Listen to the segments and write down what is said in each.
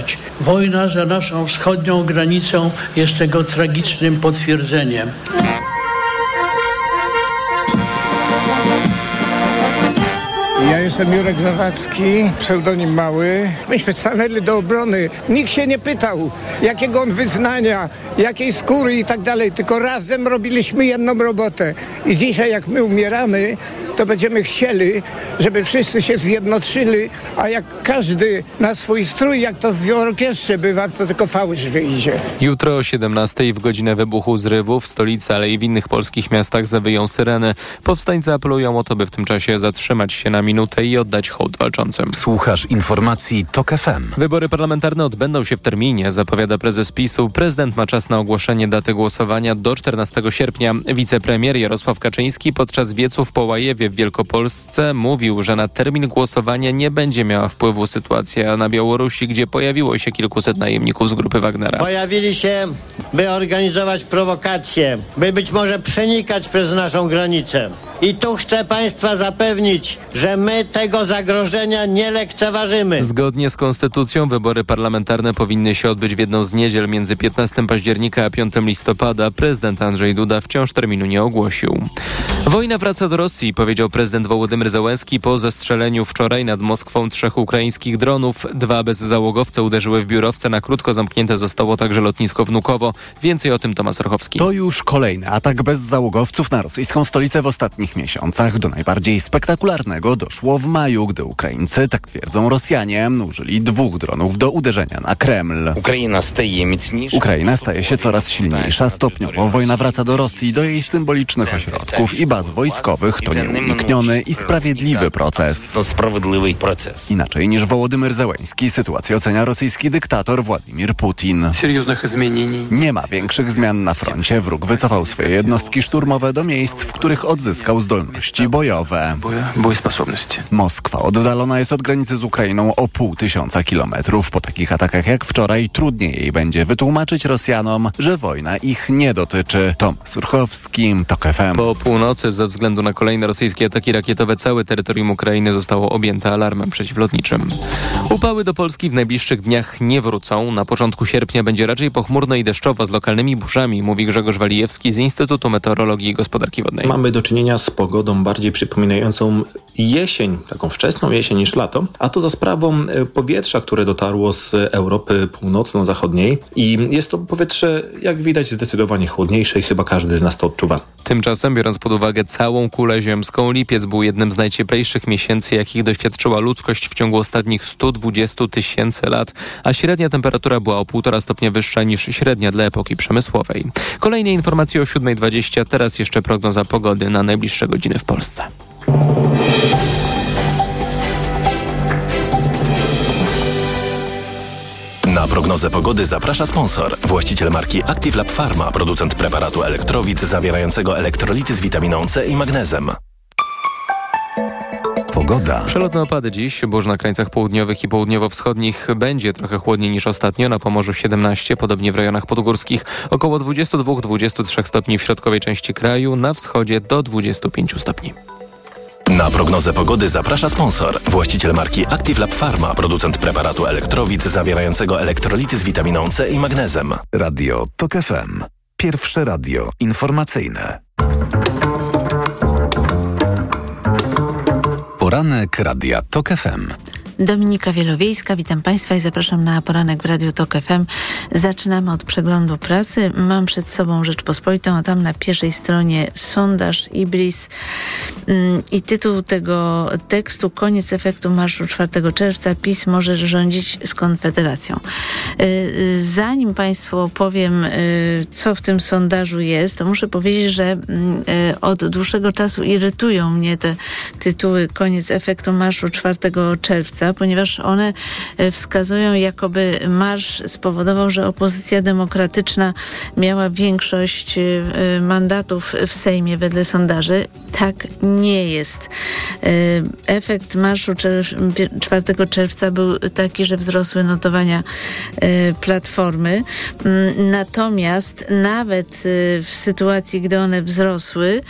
zatrzymać. Wojna za naszą wschodnią granicą jest tego tragicznym potwierdzeniem. Ja jestem Jurek Zawadzki, pseudonim Mały. Myśmy stanęli do obrony. Nikt się nie pytał, jakiego on wyznania, jakiej skóry i tak dalej, tylko razem robiliśmy jedną robotę. I dzisiaj jak my umieramy, to będziemy chcieli, żeby wszyscy się zjednoczyli, a jak każdy na swój strój, jak to w orkiestrze bywa, to tylko fałsz wyjdzie. Jutro o 17:00 w godzinę wybuchu zrywu w stolicy, ale i w innych polskich miastach zawyją syreny. Powstańcy apelują o to, by w tym czasie zatrzymać się na minutę i oddać hołd walczącym. Słuchasz informacji TOK FM. Wybory parlamentarne odbędą się w terminie, zapowiada prezes PiS-u. Prezydent ma czas na ogłoszenie daty głosowania do 14 sierpnia. Wicepremier Jarosław Kaczyński podczas wiecu w Połajewie w Wielkopolsce mówił, że na termin głosowania nie będzie miała wpływu sytuacja na Białorusi, gdzie pojawiło się kilkuset najemników z grupy Wagnera. Pojawili się, by organizować prowokacje, by być może przenikać przez naszą granicę. I tu chcę Państwa zapewnić, że my tego zagrożenia nie lekceważymy. Zgodnie z konstytucją wybory parlamentarne powinny się odbyć w jedną z niedziel między 15 października a 5 listopada. Prezydent Andrzej Duda wciąż terminu nie ogłosił. Wojna wraca do Rosji, powiedział prezydent Wołodymyr Zełenski po zestrzeleniu wczoraj nad Moskwą 3 ukraińskich dronów. 2 bezzałogowce uderzyły w biurowce. Na krótko zamknięte zostało także lotnisko Wnukowo. Więcej o tym Tomasz Orchowski. To już kolejny atak bezzałogowców na rosyjską stolicę w ostatnich miesiącach. Do najbardziej spektakularnego doszło w maju, gdy Ukraińcy, tak twierdzą Rosjanie, użyli 2 dronów do uderzenia na Kreml. Ukraina staje się coraz silniejsza. Stopniowo wojna wraca do Rosji, do jej symbolicznych ośrodków i baz wojskowych. To nieunikniony i sprawiedliwy proces. Inaczej niż Wołodymyr Zełenski sytuację ocenia rosyjski dyktator Władimir Putin. Nie ma większych zmian na froncie. Wróg wycofał swoje jednostki szturmowe do miejsc, w których odzyskał zdolności bojowe. Moskwa oddalona jest od granicy z Ukrainą o 500 kilometrów. Po takich atakach jak wczoraj trudniej jej będzie wytłumaczyć Rosjanom, że wojna ich nie dotyczy. Tomasz Urchowski, TOK FM. Po północy ze względu na kolejne rosyjskie ataki rakietowe całe terytorium Ukrainy zostało objęte alarmem przeciwlotniczym. Upały do Polski w najbliższych dniach nie wrócą. Na początku sierpnia będzie raczej pochmurno i deszczowo z lokalnymi burzami, mówi Grzegorz Walijewski z Instytutu Meteorologii i Gospodarki Wodnej. Mamy do czynienia z pogodą bardziej przypominającą jesień, taką wczesną jesień niż lato, a to za sprawą powietrza, które dotarło z Europy północno-zachodniej i jest to powietrze, jak widać, zdecydowanie chłodniejsze i chyba każdy z nas to odczuwa. Tymczasem, biorąc pod uwagę całą kulę ziemską, lipiec był jednym z najcieplejszych miesięcy, jakich doświadczyła ludzkość w ciągu ostatnich 120 000 lat, a średnia temperatura była o 1,5 stopnia wyższa niż średnia dla epoki przemysłowej. Kolejne informacje o 7:20, teraz jeszcze prognoza pogody na najbliższe godziny w Polsce. Na prognozę pogody zaprasza sponsor. Właściciel marki Active Lab Pharma, producent preparatu Elektrowid zawierającego elektrolity z witaminą C i magnezem. Pogoda. Przelotne opady dziś, burz na krańcach południowych i południowo-wschodnich. Będzie trochę chłodniej niż ostatnio, na Pomorzu 17, podobnie w rejonach podgórskich. Około 22-23 stopni w środkowej części kraju, na wschodzie do 25 stopni. Na prognozę pogody zaprasza sponsor. Właściciel marki Active Lab Pharma, producent preparatu Elektrowid zawierającego elektrolity z witaminą C i magnezem. Radio TOK FM. Pierwsze radio informacyjne. Poranek Radia TOK FM. Dominika Wielowiejska, witam Państwa i zapraszam na poranek w Radiu TOK FM. Zaczynamy od przeglądu prasy. Mam przed sobą Rzeczpospolitą, a tam na pierwszej stronie sondaż IBRIS i tytuł tego tekstu: koniec efektu marszu 4 czerwca. PiS może rządzić z Konfederacją. Zanim Państwu opowiem, co w tym sondażu jest, to muszę powiedzieć, że od dłuższego czasu irytują mnie te tytuły koniec efektu marszu 4 czerwca, ponieważ one wskazują, jakoby marsz spowodował, że opozycja demokratyczna miała większość mandatów w Sejmie wedle sondaży. Tak nie jest. Efekt marszu 4 czerwca był taki, że wzrosły notowania Platformy. Natomiast nawet w sytuacji, gdy one wzrosły,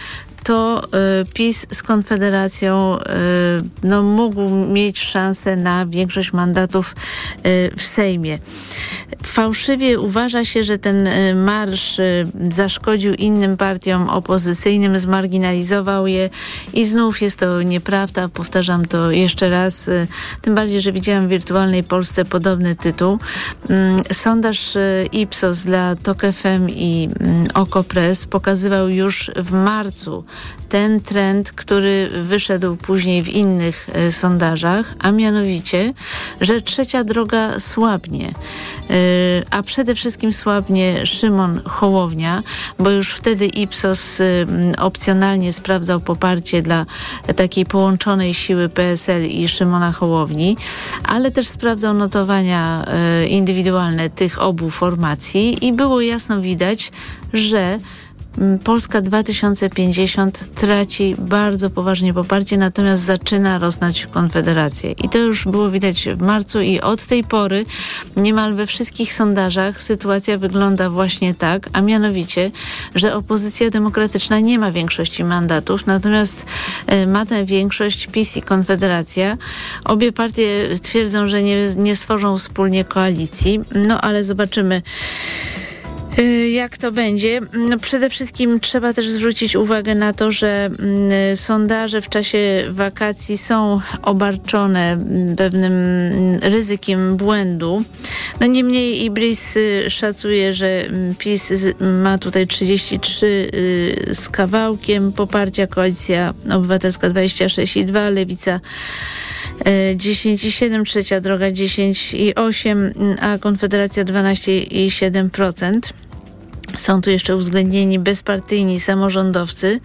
to PiS z Konfederacją mógł mieć szansę na większość mandatów w Sejmie. Fałszywie uważa się, że ten marsz zaszkodził innym partiom opozycyjnym, zmarginalizował je i znów jest to nieprawda. Powtarzam to jeszcze raz, tym bardziej, że widziałam w Wirtualnej Polsce podobny tytuł. Sondaż Ipsos dla TOK FM i OKO.press pokazywał już w marcu ten trend, który wyszedł później w innych sondażach, a mianowicie, że trzecia droga słabnie. A przede wszystkim słabnie Szymon Hołownia, bo już wtedy Ipsos opcjonalnie sprawdzał poparcie dla takiej połączonej siły PSL i Szymona Hołowni, ale też sprawdzał notowania indywidualne tych obu formacji i było jasno widać, że Polska 2050 traci bardzo poważnie poparcie, natomiast zaczyna rosnąć Konfederację. I to już było widać w marcu i od tej pory niemal we wszystkich sondażach sytuacja wygląda właśnie tak, a mianowicie, że opozycja demokratyczna nie ma większości mandatów, natomiast ma tę większość PiS i Konfederacja. Obie partie twierdzą, że nie stworzą wspólnie koalicji, ale zobaczymy, jak to będzie. Przede wszystkim trzeba też zwrócić uwagę na to, że sondaże w czasie wakacji są obarczone pewnym ryzykiem błędu. Niemniej Ibris szacuje, że PiS ma tutaj 33 z kawałkiem poparcia, Koalicja Obywatelska 26,2, Lewica 10,7, Trzecia Droga 10,8, a Konfederacja 12,7%. Są tu jeszcze uwzględnieni bezpartyjni samorządowcy,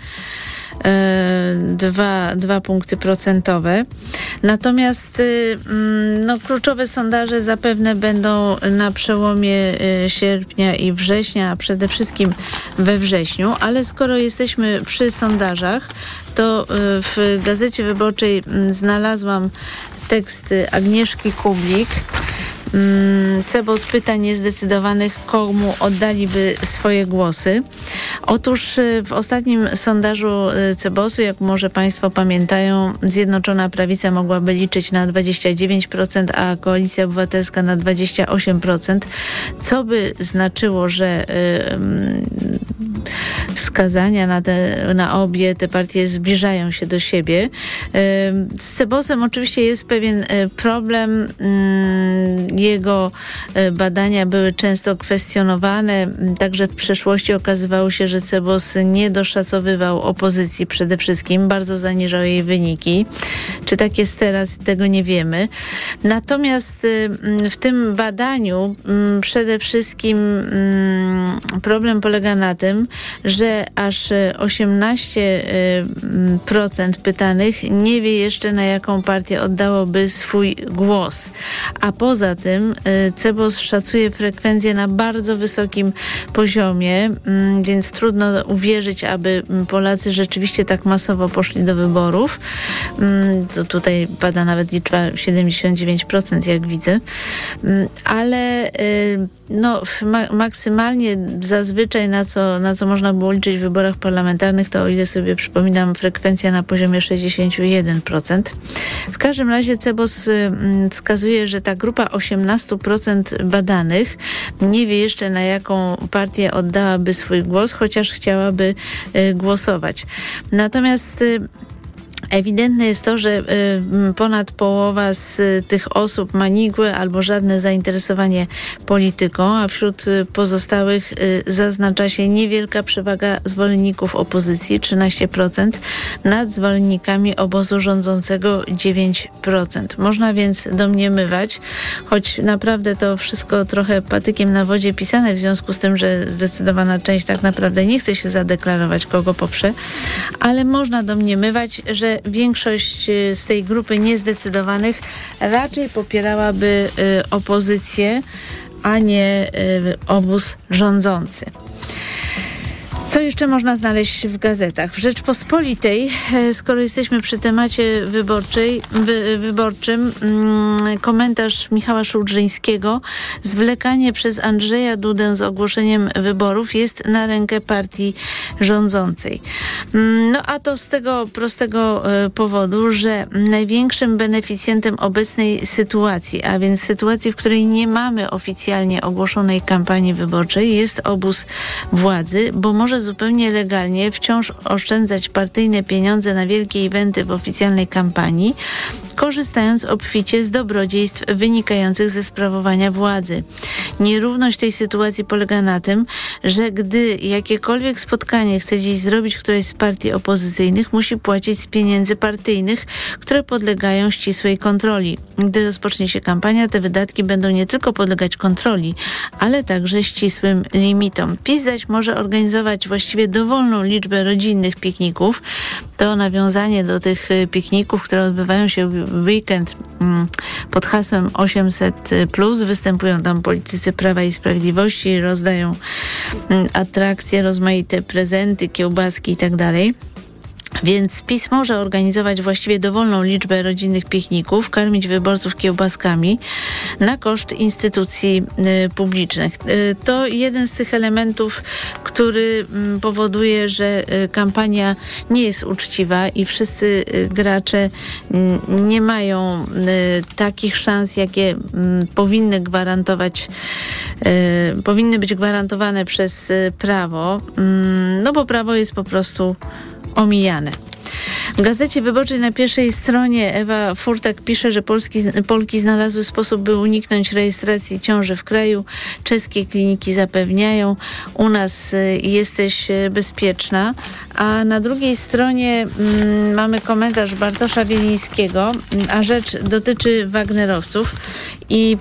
2 punkty procentowe. Natomiast kluczowe sondaże zapewne będą na przełomie sierpnia i września, a przede wszystkim we wrześniu, ale skoro jesteśmy przy sondażach, to w Gazecie Wyborczej znalazłam tekst Agnieszki Kublik. Cebos pyta niezdecydowanych, komu oddaliby swoje głosy. Otóż w ostatnim sondażu Cebosu, jak może Państwo pamiętają, Zjednoczona Prawica mogłaby liczyć na 29%, a Koalicja Obywatelska na 28%, co by znaczyło, że wskazania na obie te partie zbliżają się do siebie. Z Cebosem oczywiście jest pewien problem. Jego badania były często kwestionowane. Także w przeszłości okazywało się, że Cebos nie doszacowywał opozycji przede wszystkim. Bardzo zaniżał jej wyniki. Czy tak jest teraz? Tego nie wiemy. Natomiast w tym badaniu przede wszystkim problem polega na tym, że aż 18% pytanych nie wie jeszcze, na jaką partię oddałoby swój głos. A poza tym Cebos szacuje frekwencję na bardzo wysokim poziomie, więc trudno uwierzyć, aby Polacy rzeczywiście tak masowo poszli do wyborów. Tutaj pada nawet liczba 79%, jak widzę. Ale maksymalnie zazwyczaj na co można było liczyć w wyborach parlamentarnych, to o ile sobie przypominam, frekwencja na poziomie 61%. W każdym razie Cebos wskazuje, że ta grupa 18% badanych nie wie jeszcze, na jaką partię oddałaby swój głos, chociaż chciałaby głosować. Natomiast ewidentne jest to, że ponad połowa z tych osób ma nigłe albo żadne zainteresowanie polityką, a wśród pozostałych zaznacza się niewielka przewaga zwolenników opozycji, 13%, nad zwolennikami obozu rządzącego 9%. Można więc domniemywać, choć naprawdę to wszystko trochę patykiem na wodzie pisane, w związku z tym, że zdecydowana część tak naprawdę nie chce się zadeklarować, kogo poprze, ale można domniemywać, że większość z tej grupy niezdecydowanych raczej popierałaby opozycję, a nie obóz rządzący. Co jeszcze można znaleźć w gazetach? W Rzeczpospolitej, skoro jesteśmy przy temacie wyborczym, komentarz Michała Szułdrzyńskiego: zwlekanie przez Andrzeja Dudę z ogłoszeniem wyborów jest na rękę partii rządzącej. No a to z tego prostego powodu, że największym beneficjentem obecnej sytuacji, a więc sytuacji, w której nie mamy oficjalnie ogłoszonej kampanii wyborczej, jest obóz władzy, bo może zupełnie legalnie wciąż oszczędzać partyjne pieniądze na wielkie eventy w oficjalnej kampanii, korzystając obficie z dobrodziejstw wynikających ze sprawowania władzy. Nierówność tej sytuacji polega na tym, że gdy jakiekolwiek spotkanie chce dziś zrobić któraś z partii opozycyjnych, musi płacić z pieniędzy partyjnych, które podlegają ścisłej kontroli. Gdy rozpocznie się kampania, te wydatki będą nie tylko podlegać kontroli, ale także ścisłym limitom. PiS zaś może organizować właściwie dowolną liczbę rodzinnych pikników. To nawiązanie do tych pikników, które odbywają się w weekend pod hasłem 800+. Występują tam politycy Prawa i Sprawiedliwości, rozdają atrakcje, rozmaite prezenty, kiełbaski itd. Więc PiS może organizować właściwie dowolną liczbę rodzinnych pikników, karmić wyborców kiełbaskami na koszt instytucji publicznych. To jeden z tych elementów, który powoduje, że kampania nie jest uczciwa i wszyscy gracze nie mają takich szans, jakie powinny być gwarantowane przez prawo, no bo prawo jest po prostu omijane. W Gazecie Wyborczej na pierwszej stronie Ewa Furtak pisze, że Polki znalazły sposób, by uniknąć rejestracji ciąży w kraju. Czeskie kliniki zapewniają, u nas jesteś bezpieczna. A na drugiej stronie mamy komentarz Bartosza Wielińskiego, a rzecz dotyczy wagnerowców. I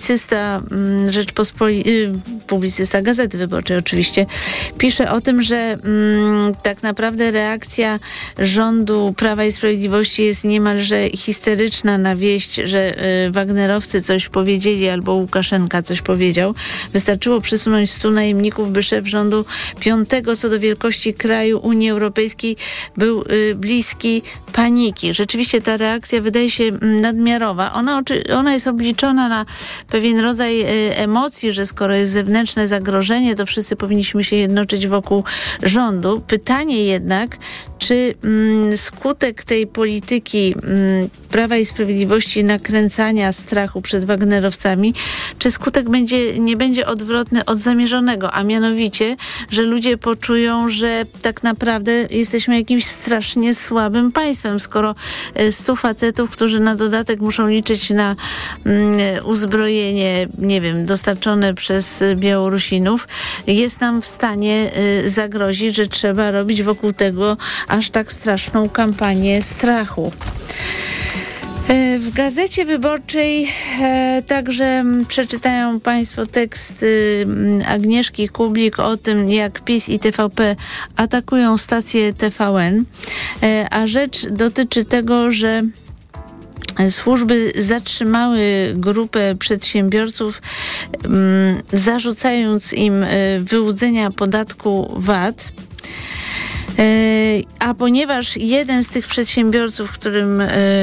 publicysta Gazety Wyborczej oczywiście pisze o tym, że tak naprawdę reakcja rządu Prawa i Sprawiedliwości jest niemalże histeryczna na wieść, że wagnerowcy coś powiedzieli albo Łukaszenka coś powiedział. Wystarczyło przesunąć 100 najemników, by szef rządu 5. co do wielkości kraju Unii Europejskiej był bliski paniki. Rzeczywiście ta reakcja wydaje się nadmiarowa. Ona jest obliczona na pewien rodzaj emocji, że skoro jest zewnętrzne zagrożenie, to wszyscy powinniśmy się jednoczyć wokół rządu. Pytanie jednak, czy skutek tej polityki Prawa i Sprawiedliwości nakręcania strachu przed wagnerowcami, czy skutek nie będzie odwrotny od zamierzonego, a mianowicie, że ludzie poczują, że tak naprawdę jesteśmy jakimś strasznie słabym państwem, skoro 100 facetów, którzy na dodatek muszą liczyć na uzbrojenie, nie wiem, dostarczone przez Białorusinów, jest nam w stanie zagrozić, że trzeba robić wokół tego aż tak straszną kampanię strachu. W Gazecie Wyborczej także przeczytają Państwo tekst Agnieszki Kublik o tym, jak PiS i TVP atakują stację TVN, a rzecz dotyczy tego, że służby zatrzymały grupę przedsiębiorców, zarzucając im wyłudzenia podatku VAT. A ponieważ jeden z tych przedsiębiorców, którym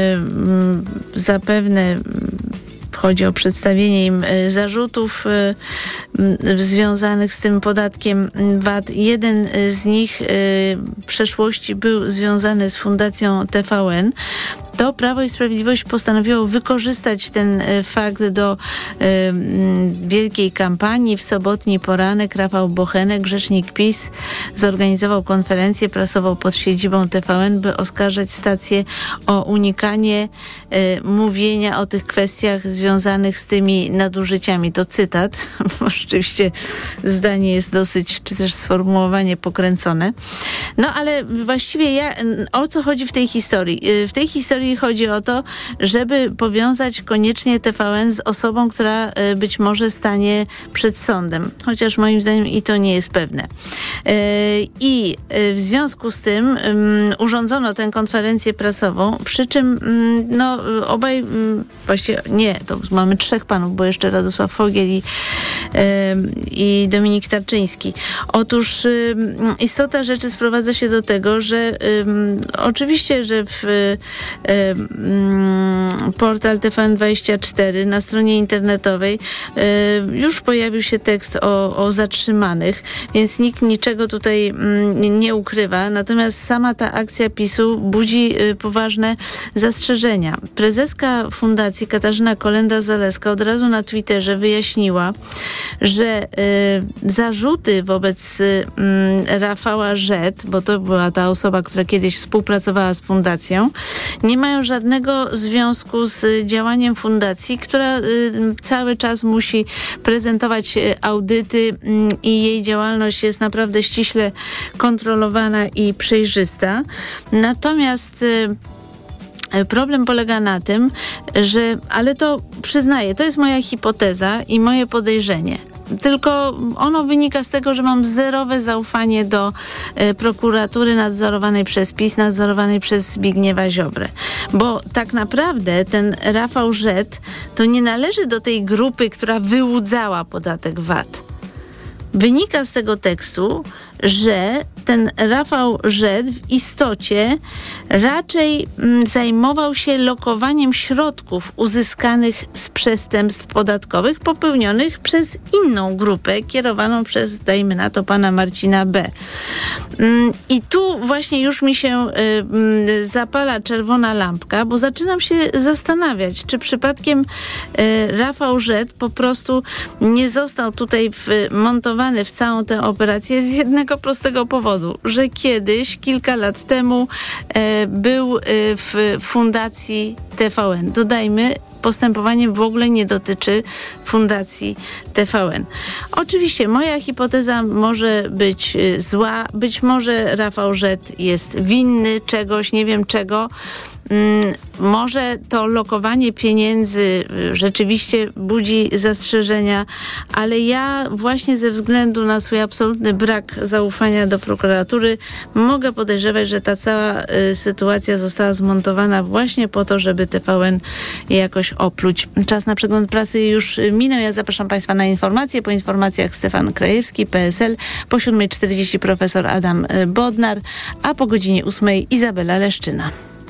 zapewne chodzi o przedstawienie im zarzutów związanych z tym podatkiem VAT, jeden z nich w przeszłości był związany z Fundacją TVN, to Prawo i Sprawiedliwość postanowiło wykorzystać ten fakt do wielkiej kampanii. W sobotni poranek Rafał Bochenek, rzecznik PiS, zorganizował konferencję prasową pod siedzibą TVN, by oskarżać stację o unikanie mówienia o tych kwestiach związanych z tymi nadużyciami. To cytat. Oczywiście zdanie jest dosyć, czy też sformułowanie pokręcone. No ale właściwie o co chodzi w tej historii? W tej historii chodzi o to, żeby powiązać koniecznie TVN z osobą, która być może stanie przed sądem. Chociaż moim zdaniem i to nie jest pewne. I w związku z tym urządzono tę konferencję prasową, przy czym obaj, właściwie nie, to mamy 3 panów, bo jeszcze Radosław Fogiel i i Dominik Tarczyński. Otóż istota rzeczy sprowadza się do tego, że oczywiście, że w portal TVN24 na stronie internetowej już pojawił się tekst o zatrzymanych, więc nikt niczego tutaj nie ukrywa. Natomiast sama ta akcja PiS-u budzi poważne zastrzeżenia. Prezeska fundacji Katarzyna Kolenda-Zaleska od razu na Twitterze wyjaśniła, że zarzuty wobec Rafała Rzet, bo to była ta osoba, która kiedyś współpracowała z fundacją, nie mają żadnego związku z działaniem fundacji, która cały czas musi prezentować audyty i jej działalność jest naprawdę ściśle kontrolowana i przejrzysta. Natomiast problem polega na tym, że, ale to przyznaję, to jest moja hipoteza i moje podejrzenie. Tylko ono wynika z tego, że mam zerowe zaufanie do prokuratury nadzorowanej przez PiS, nadzorowanej przez Zbigniewa Ziobrę. Bo tak naprawdę ten Rafał Rzet to nie należy do tej grupy, która wyłudzała podatek VAT. Wynika z tego tekstu, że ten Rafał Rzet w istocie raczej zajmował się lokowaniem środków uzyskanych z przestępstw podatkowych popełnionych przez inną grupę kierowaną przez, dajmy na to, pana Marcina B. I tu właśnie już mi się zapala czerwona lampka, bo zaczynam się zastanawiać, czy przypadkiem Rafał Rzet po prostu nie został tutaj wmontowany w całą tę operację z jednego prostego powodu, że kiedyś, kilka lat temu był w fundacji TVN. Dodajmy, postępowanie w ogóle nie dotyczy fundacji TVN. Oczywiście moja hipoteza może być zła, być może Rafał Rzet jest winny czegoś, nie wiem czego. Może to lokowanie pieniędzy rzeczywiście budzi zastrzeżenia, ale ja właśnie ze względu na swój absolutny brak zaufania do prokuratury mogę podejrzewać, że ta cała sytuacja została zmontowana właśnie po to, żeby TVN jakoś opluć. Czas na przegląd prasy już minął. Ja zapraszam Państwa na informacje. Po informacjach Stefan Krajewski, PSL, po 7:40 profesor Adam Bodnar, a po godzinie 8:00 Izabela Leszczyna.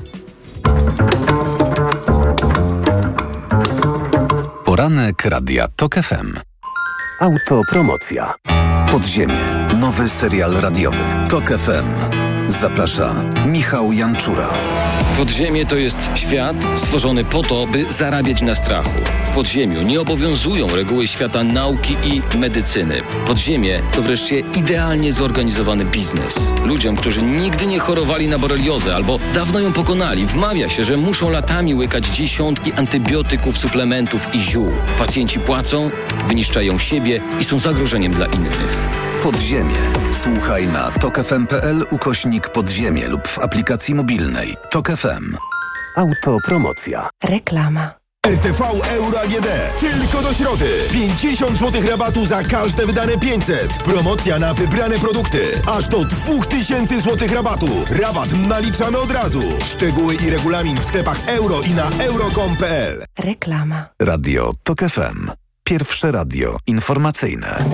Poranek Radia TOK FM. Autopromocja. Podziemie. Nowy serial radiowy. TOK FM. Zaprasza Michał Janczura. Podziemie to jest świat stworzony po to, by zarabiać na strachu. W podziemiu nie obowiązują reguły świata nauki i medycyny. Podziemie to wreszcie idealnie zorganizowany biznes. Ludziom, którzy nigdy nie chorowali na boreliozę albo dawno ją pokonali, wmawia się, że muszą latami łykać dziesiątki antybiotyków, suplementów i ziół. Pacjenci płacą, wyniszczają siebie i są zagrożeniem dla innych. Podziemie. Słuchaj na tokfm.pl/podziemie lub w aplikacji mobilnej. TOK FM. Autopromocja. Reklama. RTV Euro AGD. Tylko do środy. 50 zł rabatu za każde wydane 500. Promocja na wybrane produkty. Aż do 2000 zł rabatu. Rabat naliczamy od razu. Szczegóły i regulamin w sklepach euro i na euro.com.pl. Reklama. Radio TOK FM. Pierwsze radio informacyjne.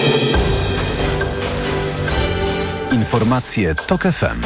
Informacje TOK FM.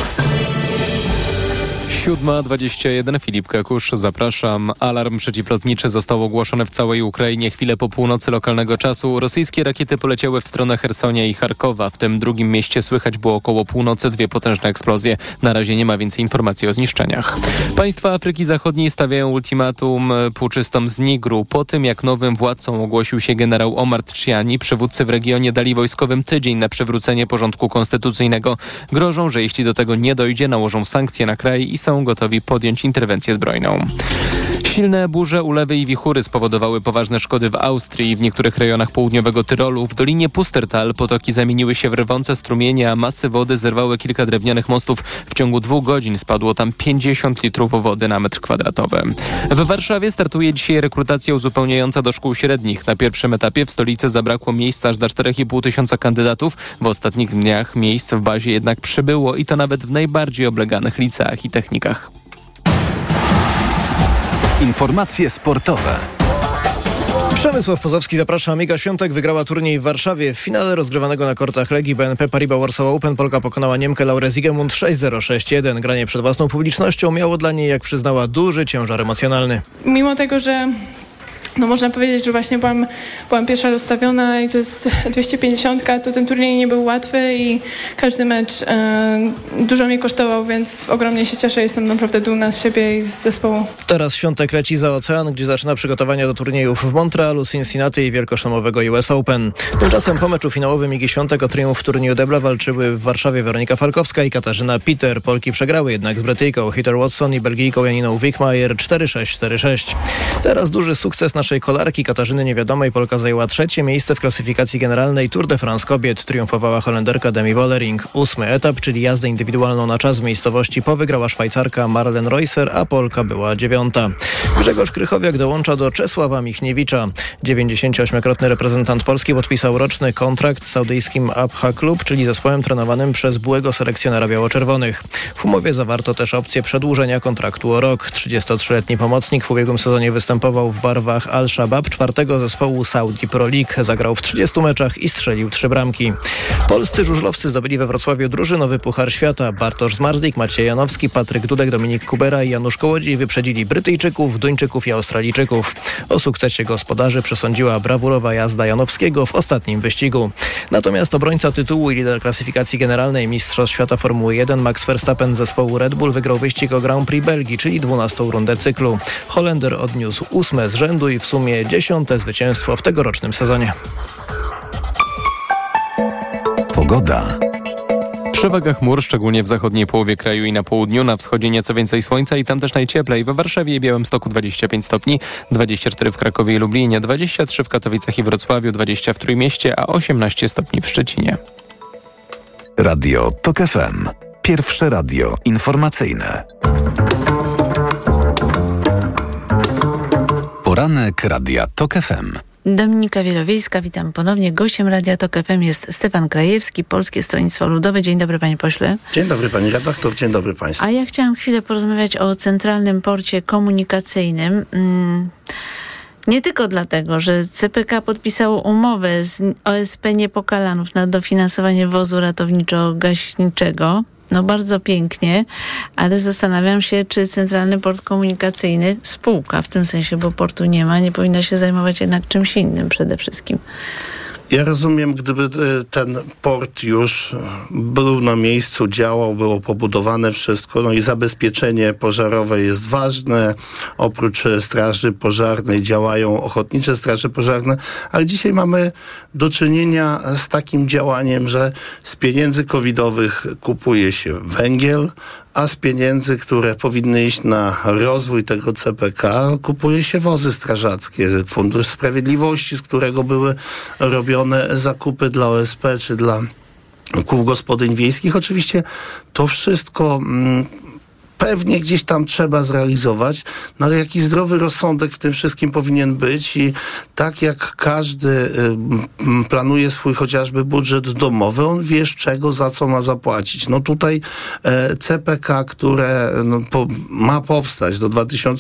7:21, Filip Kakusz, zapraszam. Alarm przeciwlotniczy został ogłoszony w całej Ukrainie chwilę po północy lokalnego czasu. Rosyjskie rakiety poleciały w stronę Chersonia i Charkowa. W tym drugim mieście słychać było około północy 2 potężne eksplozje. Na razie nie ma więcej informacji o zniszczeniach. Państwa Afryki Zachodniej stawiają ultimatum puczystom z Nigru. Po tym, jak nowym władcą ogłosił się generał Omar Tchiani, przywódcy w regionie dali wojskowym tydzień na przywrócenie porządku konstytucyjnego. Grożą, że jeśli do tego nie dojdzie, nałożą sankcje na kraj i są gotowi podjąć interwencję zbrojną. Silne burze, ulewy i wichury spowodowały poważne szkody w Austrii i w niektórych rejonach południowego Tyrolu. W Dolinie Pustertal potoki zamieniły się w rwące strumienie, a masy wody zerwały kilka drewnianych mostów. W ciągu 2 godzin spadło tam 50 litrów wody na metr kwadratowy. W Warszawie startuje dzisiaj rekrutacja uzupełniająca do szkół średnich. Na pierwszym etapie w stolicy zabrakło miejsc aż dla 4,5 tysiąca kandydatów. W ostatnich dniach miejsc w bazie jednak przybyło i to nawet w najbardziej obleganych liceach i technikach. Informacje sportowe. Przemysław Pozowski, zapraszam. Iga Świątek wygrała turniej w Warszawie. W finale rozgrywanego na kortach Legii BNP Paribas Warsaw Open Polka pokonała Niemkę Laurę Siegemund 6-0, 6-1. Granie przed własną publicznością miało dla niej, jak przyznała, duży ciężar emocjonalny. Mimo tego, że można powiedzieć, że właśnie byłam pierwsza rozstawiona i to jest 250, to ten turniej nie był łatwy i każdy mecz dużo mnie kosztował, więc ogromnie się cieszę. Jestem naprawdę dumna z siebie i z zespołu. Teraz Świątek leci za ocean, gdzie zaczyna przygotowania do turniejów w Montrealu, Cincinnati i wielkoszlemowego US Open. Tymczasem po meczu finałowym Igi Świątek o triumf w turnieju debla walczyły w Warszawie Weronika Falkowska i Katarzyna Peter. Polki przegrały jednak z Brytyjką Heather Watson i Belgijką Janiną Wickmajer 4-6, 4-6. Teraz duży sukces naszej kolarki Katarzyny Niewiadomej. Polka zajęła 3. miejsce w klasyfikacji generalnej Tour de France kobiet. Triumfowała Holenderka Demi Wollering. 8. etap, czyli jazdę indywidualną na czas w miejscowości wygrała Szwajcarka Marlen Reusser, a Polka była 9. Grzegorz Krychowiak dołącza do Czesława Michniewicza. 98-krotny reprezentant Polski podpisał roczny kontrakt z saudyjskim Abha Club, czyli zespołem trenowanym przez byłego selekcjonera biało-czerwonych. W umowie zawarto też opcję przedłużenia kontraktu o rok. 33-letni pomocnik w ubiegłym sezonie występował w barwach Al-Shabaab, 4. zespołu Saudi Pro League. Zagrał w 30 meczach i strzelił 3 bramki. Polscy żużlowcy zdobyli we Wrocławiu drużynowy Puchar Świata. Bartosz Zmarzlik, Maciej Janowski, Patryk Dudek, Dominik Kubera i Janusz Kołodziej wyprzedzili Brytyjczyków, Duńczyków i Australijczyków. O sukcesie gospodarzy przesądziła brawurowa jazda Janowskiego w ostatnim wyścigu. Natomiast obrońca tytułu i lider klasyfikacji generalnej Mistrzostw Świata Formuły 1 Max Verstappen z zespołu Red Bull wygrał wyścig o Grand Prix Belgii, czyli 12. rundę cyklu. Holender odniósł 8. z rzędu i w sumie 10. zwycięstwo w tegorocznym sezonie. Pogoda. Przewaga chmur, szczególnie w zachodniej połowie kraju i na południu, na wschodzie nieco więcej słońca i tam też najcieplej. We Warszawie i Białymstoku 25 stopni, 24 w Krakowie i Lublinie, 23 w Katowicach i Wrocławiu, 20 w Trójmieście, a 18 stopni w Szczecinie. Radio TOK FM. Pierwsze radio informacyjne. Poranek Radia TOK FM. Dominika Wielowiejska, witam ponownie. Gościem Radia TOK FM jest Stefan Krajewski, Polskie Stronnictwo Ludowe. Dzień dobry, panie pośle. Dzień dobry, pani redaktor, dzień dobry państwu. A ja chciałam chwilę porozmawiać o Centralnym Porcie Komunikacyjnym. Nie tylko dlatego, że CPK podpisało umowę z OSP Niepokalanów na dofinansowanie wozu ratowniczo-gaśniczego. No bardzo pięknie, ale zastanawiam się, czy Centralny Port Komunikacyjny, spółka w tym sensie, bo portu nie ma, nie powinna się zajmować jednak czymś innym przede wszystkim. Ja rozumiem, gdyby ten port już był na miejscu, działał, było pobudowane wszystko, no i zabezpieczenie pożarowe jest ważne. Oprócz straży pożarnej działają ochotnicze straże pożarne, ale dzisiaj mamy do czynienia z takim działaniem, że z pieniędzy covidowych kupuje się węgiel, a z pieniędzy, które powinny iść na rozwój tego CPK, kupuje się wozy strażackie. Fundusz Sprawiedliwości, z którego były robione zakupy dla OSP czy dla kół gospodyń wiejskich. Oczywiście to wszystko pewnie gdzieś tam trzeba zrealizować, no ale jakiś zdrowy rozsądek w tym wszystkim powinien być i tak jak każdy planuje swój chociażby budżet domowy, on wie z czego, za co ma zapłacić. No tutaj CPK, które ma powstać do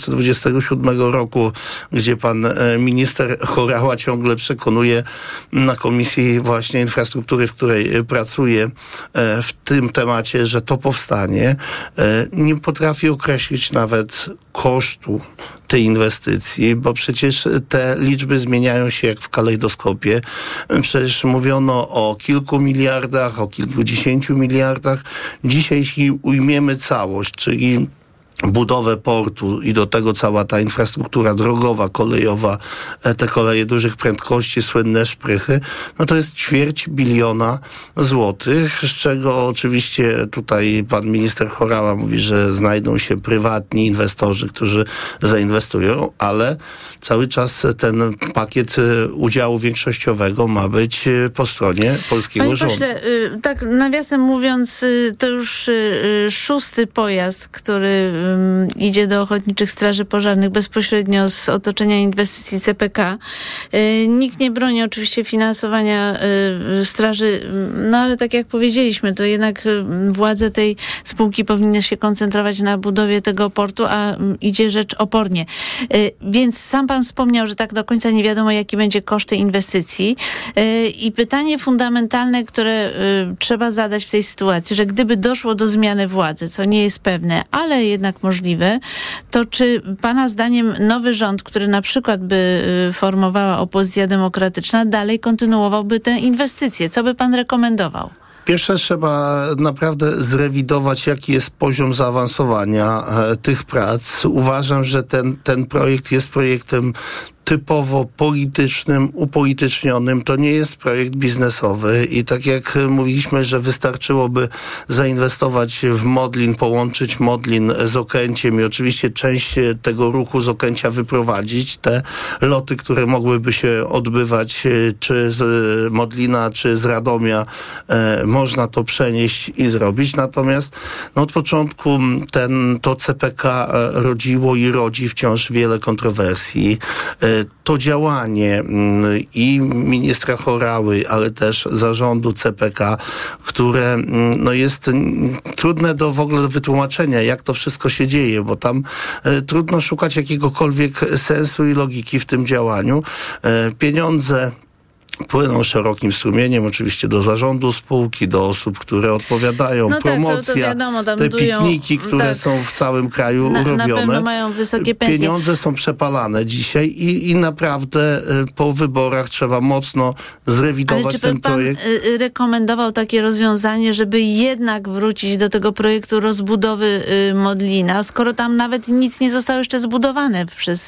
2027 roku, gdzie pan minister Horała ciągle przekonuje na Komisji właśnie Infrastruktury, w której pracuje w tym temacie, że to powstanie, nie potrafi określić nawet kosztu tej inwestycji, bo przecież te liczby zmieniają się jak w kalejdoskopie. Przecież mówiono o kilku miliardach, o kilkudziesięciu miliardach. Dzisiaj, jeśli ujmiemy całość, czyli budowę portu i do tego cała ta infrastruktura drogowa, kolejowa, te koleje dużych prędkości, słynne szprychy, no to jest 250 miliona złotych, z czego oczywiście tutaj pan minister Horała mówi, że znajdą się prywatni inwestorzy, którzy zainwestują, ale cały czas ten pakiet udziału większościowego ma być po stronie polskiego rządu. Panie pośle, tak nawiasem mówiąc, to już 6. pojazd, który idzie do Ochotniczych Straży Pożarnych bezpośrednio z otoczenia inwestycji CPK. Nikt nie broni oczywiście finansowania straży, no ale tak jak powiedzieliśmy, to jednak władze tej spółki powinny się koncentrować na budowie tego portu, a idzie rzecz opornie. Więc sam pan wspomniał, że tak do końca nie wiadomo, jaki będzie koszt tej inwestycji. I pytanie fundamentalne, które trzeba zadać w tej sytuacji, że gdyby doszło do zmiany władzy, co nie jest pewne, ale jednak możliwe, to czy pana zdaniem nowy rząd, który na przykład by formowała opozycja demokratyczna, dalej kontynuowałby te inwestycje? Co by pan rekomendował? Pierwsze, trzeba naprawdę zrewidować, jaki jest poziom zaawansowania tych prac. Uważam, że ten projekt jest projektem typowo politycznym, upolitycznionym. To nie jest projekt biznesowy i tak jak mówiliśmy, że wystarczyłoby zainwestować w Modlin, połączyć Modlin z Okęciem i oczywiście część tego ruchu z Okęcia wyprowadzić. Te loty, które mogłyby się odbywać czy z Modlina, czy z Radomia, można to przenieść i zrobić. Natomiast od początku to CPK rodziło i rodzi wciąż wiele kontrowersji. To działanie i ministra Horały, ale też zarządu CPK, które jest trudne w ogóle do wytłumaczenia, jak to wszystko się dzieje, bo tam trudno szukać jakiegokolwiek sensu i logiki w tym działaniu. Pieniądze płyną szerokim strumieniem, oczywiście do zarządu spółki, do osób, które odpowiadają, promocja, to wiadomo, tam te pikniki, które są w całym kraju robione. Na pewno mają wysokie pensje. Pieniądze są przepalane dzisiaj i naprawdę po wyborach trzeba mocno zrewidować ten projekt. Ale czy by pan rekomendował takie rozwiązanie, żeby jednak wrócić do tego projektu rozbudowy Modlina, skoro tam nawet nic nie zostało jeszcze zbudowane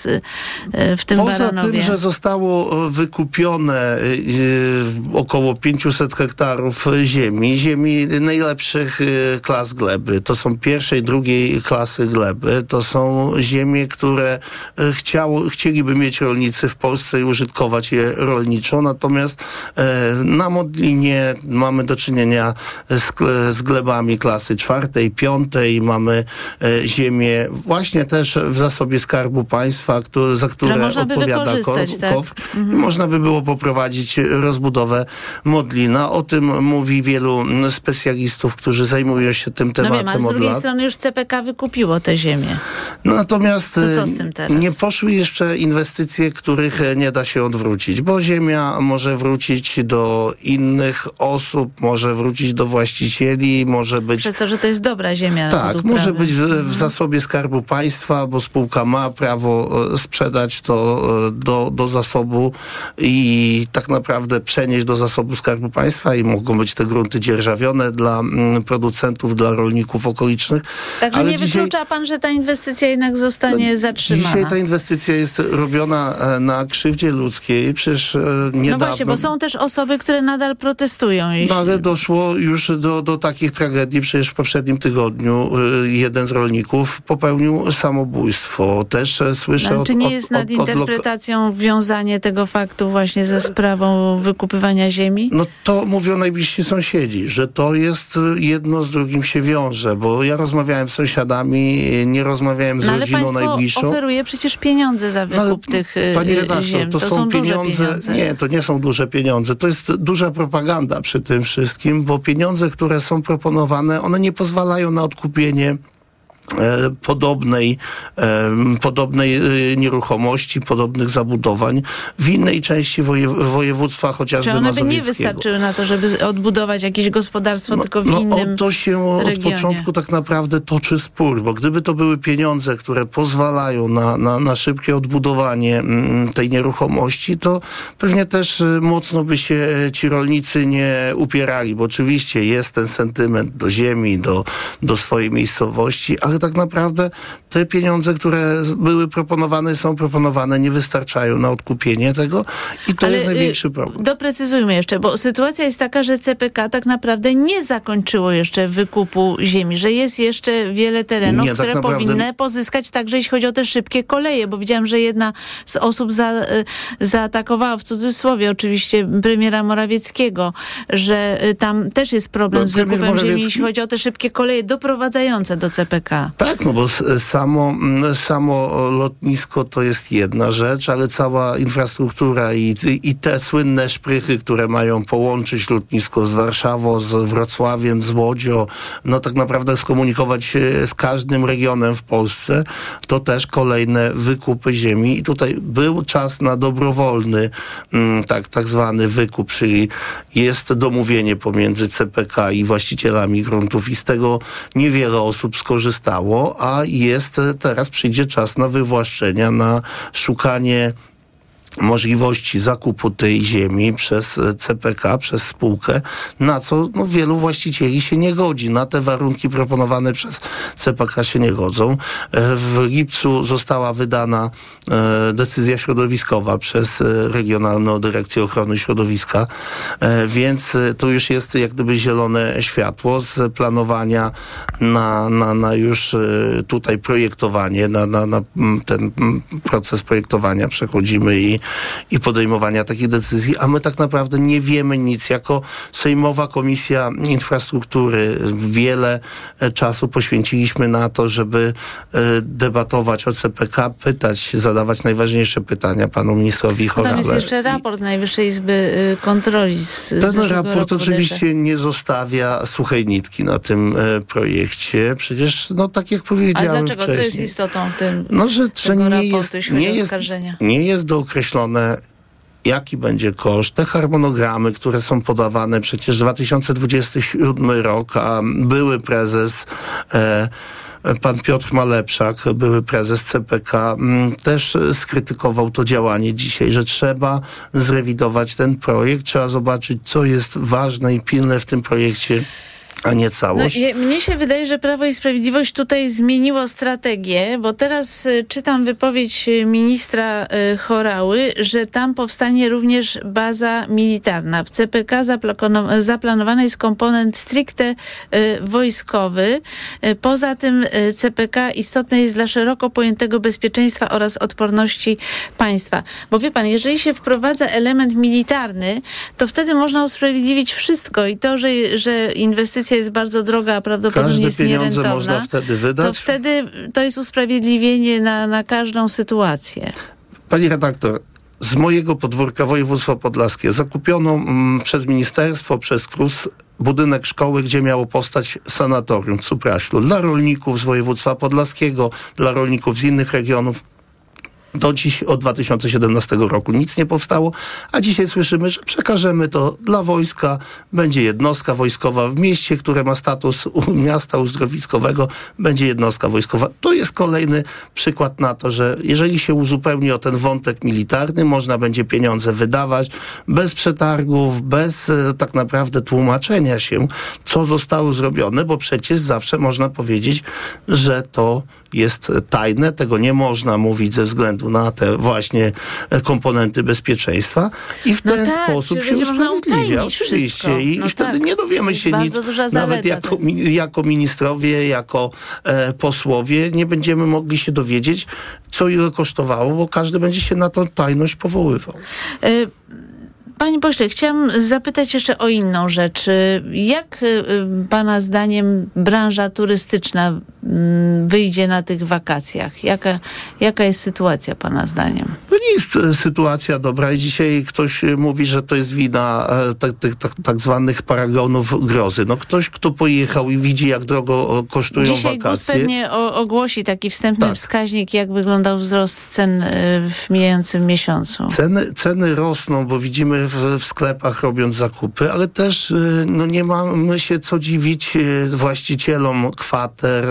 w tym Baranowie? Poza tym, że zostało wykupione około 500 hektarów ziemi najlepszych klas gleby. To są pierwszej, drugiej klasy gleby. To są ziemie, które chcieliby mieć rolnicy w Polsce i użytkować je rolniczo. Natomiast na Modlinie mamy do czynienia z glebami klasy 4., 5. Mamy ziemię właśnie też w zasobie Skarbu Państwa, za które odpowiada KOWR. I można by było poprowadzić rozbudowę Modlina. O tym mówi wielu specjalistów, którzy zajmują się tym tematem a z drugiej strony już CPK wykupiło te ziemię. Natomiast to co z tym teraz? Nie poszły jeszcze inwestycje, których nie da się odwrócić, bo ziemia może wrócić do innych osób, może wrócić do właścicieli, może być... Przez to, że to jest dobra ziemia. Tak, może być w zasobie Skarbu Państwa, bo spółka ma prawo sprzedać to do zasobu i tak naprawdę przenieść do zasobu Skarbu Państwa i mogą być te grunty dzierżawione dla producentów, dla rolników okolicznych. Także nie wyklucza pan, że ta inwestycja jednak zostanie zatrzymana? Dzisiaj ta inwestycja jest robiona na krzywdzie ludzkiej. Przecież niedawno... No właśnie, bo są też osoby, które nadal protestują. Ale doszło już do takich tragedii. Przecież w poprzednim tygodniu jeden z rolników popełnił samobójstwo. Też słyszę czy nie jest nadinterpretacją wiązanie tego faktu właśnie ze sprawą wykupywania ziemi? To mówią najbliżsi sąsiedzi, że to jest jedno z drugim się wiąże, bo ja rozmawiałem z sąsiadami, nie rozmawiałem z rodziną najbliższą. Ale oferuje przecież pieniądze za wykup tych ziem. To są pieniądze. Nie, to nie są duże pieniądze. To jest duża propaganda przy tym wszystkim, bo pieniądze, które są proponowane, one nie pozwalają na odkupienie podobnej nieruchomości, podobnych zabudowań w innej części województwa, chociażby mazowieckiego. Czy one by nie wystarczyły na to, żeby odbudować jakieś gospodarstwo tylko w innym to się regionie. Od początku tak naprawdę toczy spór, bo gdyby to były pieniądze, które pozwalają na szybkie odbudowanie tej nieruchomości, to pewnie też mocno by się ci rolnicy nie upierali, bo oczywiście jest ten sentyment do ziemi, do swojej miejscowości, ale tak naprawdę te pieniądze, które były proponowane, są proponowane, nie wystarczają na odkupienie tego i to jest największy problem. Doprecyzujmy jeszcze, bo sytuacja jest taka, że CPK tak naprawdę nie zakończyło jeszcze wykupu ziemi, że jest jeszcze wiele terenów, które powinny pozyskać także jeśli chodzi o te szybkie koleje, bo widziałam, że jedna z osób zaatakowała, w cudzysłowie oczywiście, premiera Morawieckiego, że tam też jest problem z wykupem ziemi, jeśli chodzi o te szybkie koleje doprowadzające do CPK. CPK. Tak, no bo samo lotnisko to jest jedna rzecz, ale cała infrastruktura i te słynne szprychy, które mają połączyć lotnisko z Warszawą, z Wrocławiem, z Łodzią, no tak naprawdę skomunikować się z każdym regionem w Polsce, to też kolejne wykupy ziemi i tutaj był czas na dobrowolny tak zwany wykup, czyli jest domówienie pomiędzy CPK i właścicielami gruntów i z tego niewiele osób skorzystało, a teraz przyjdzie czas na wywłaszczenia, na szukanie możliwości zakupu tej ziemi przez CPK, przez spółkę, na co wielu właścicieli się nie godzi. Na te warunki proponowane przez CPK się nie godzą. W lipcu została wydana decyzja środowiskowa przez Regionalną Dyrekcję Ochrony Środowiska, więc to już jest jak gdyby zielone światło z planowania na już tutaj projektowanie, na ten proces projektowania przechodzimy i podejmowania takich decyzji, a my tak naprawdę nie wiemy nic. Jako Sejmowa Komisja Infrastruktury wiele czasu poświęciliśmy na to, żeby debatować o CPK, zadawać najważniejsze pytania panu ministrowi Horale. Tam jest jeszcze raport Najwyższej Izby Kontroli Ten raport oczywiście nie zostawia suchej nitki na tym projekcie. Przecież, tak jak powiedziałem ale dlaczego? wcześniej. Co jest istotą tego raportu, jeśli chodzi o oskarżenia? Nie jest dookreślone, jaki będzie koszt. Te harmonogramy, które są podawane, przecież 2027 rok, a były prezes pan Piotr Malepszak, były prezes CPK, też skrytykował to działanie dzisiaj, że trzeba zrewidować ten projekt, trzeba zobaczyć, co jest ważne i pilne w tym projekcie, a nie całość. Mnie się wydaje, że Prawo i Sprawiedliwość tutaj zmieniło strategię, bo teraz czytam wypowiedź ministra Horały, że tam powstanie również baza militarna. W CPK zaplanowany jest komponent stricte wojskowy. Poza tym CPK istotne jest dla szeroko pojętego bezpieczeństwa oraz odporności państwa. Bo wie pan, jeżeli się wprowadza element militarny, to wtedy można usprawiedliwić wszystko i to, że inwestycja jest bardzo droga, a prawdopodobnie jest nierentowna, każde pieniądze można wtedy wydać. To wtedy to jest usprawiedliwienie na każdą sytuację. Pani redaktor, z mojego podwórka województwa podlaskie zakupiono przez ministerstwo, przez KRUS budynek szkoły, gdzie miało powstać sanatorium w Supraślu dla rolników z województwa podlaskiego, dla rolników z innych regionów. Do dziś, od 2017 roku nic nie powstało, a dzisiaj słyszymy, że przekażemy to dla wojska. Będzie jednostka wojskowa w mieście, które ma status miasta uzdrowiskowego, będzie jednostka wojskowa. To jest kolejny przykład na to, że jeżeli się uzupełni o ten wątek militarny, można będzie pieniądze wydawać bez przetargów, bez tak naprawdę tłumaczenia się, co zostało zrobione, bo przecież zawsze można powiedzieć, że to jest tajne, tego nie można mówić ze względu na te właśnie komponenty bezpieczeństwa i w ten sposób się usprawiedliwia. Oczywiście. I wtedy nie dowiemy się nic, nawet jako ministrowie, jako posłowie, nie będziemy mogli się dowiedzieć, co ile kosztowało, bo każdy będzie się na tą tajność powoływał. Panie pośle, chciałam zapytać jeszcze o inną rzecz. Jak pana zdaniem branża turystyczna wyjdzie na tych wakacjach? Jaka jest sytuacja pana zdaniem? To nie jest sytuacja dobra i dzisiaj ktoś mówi, że to jest wina tak zwanych paragonów grozy. Ktoś, kto pojechał i widzi, jak drogo kosztują dzisiaj wakacje. GUS pewnie ogłosi taki wstępny wskaźnik, jak wyglądał wzrost cen w mijającym miesiącu. Ceny rosną, bo widzimy w sklepach robiąc zakupy, ale też nie mamy się co dziwić właścicielom kwater,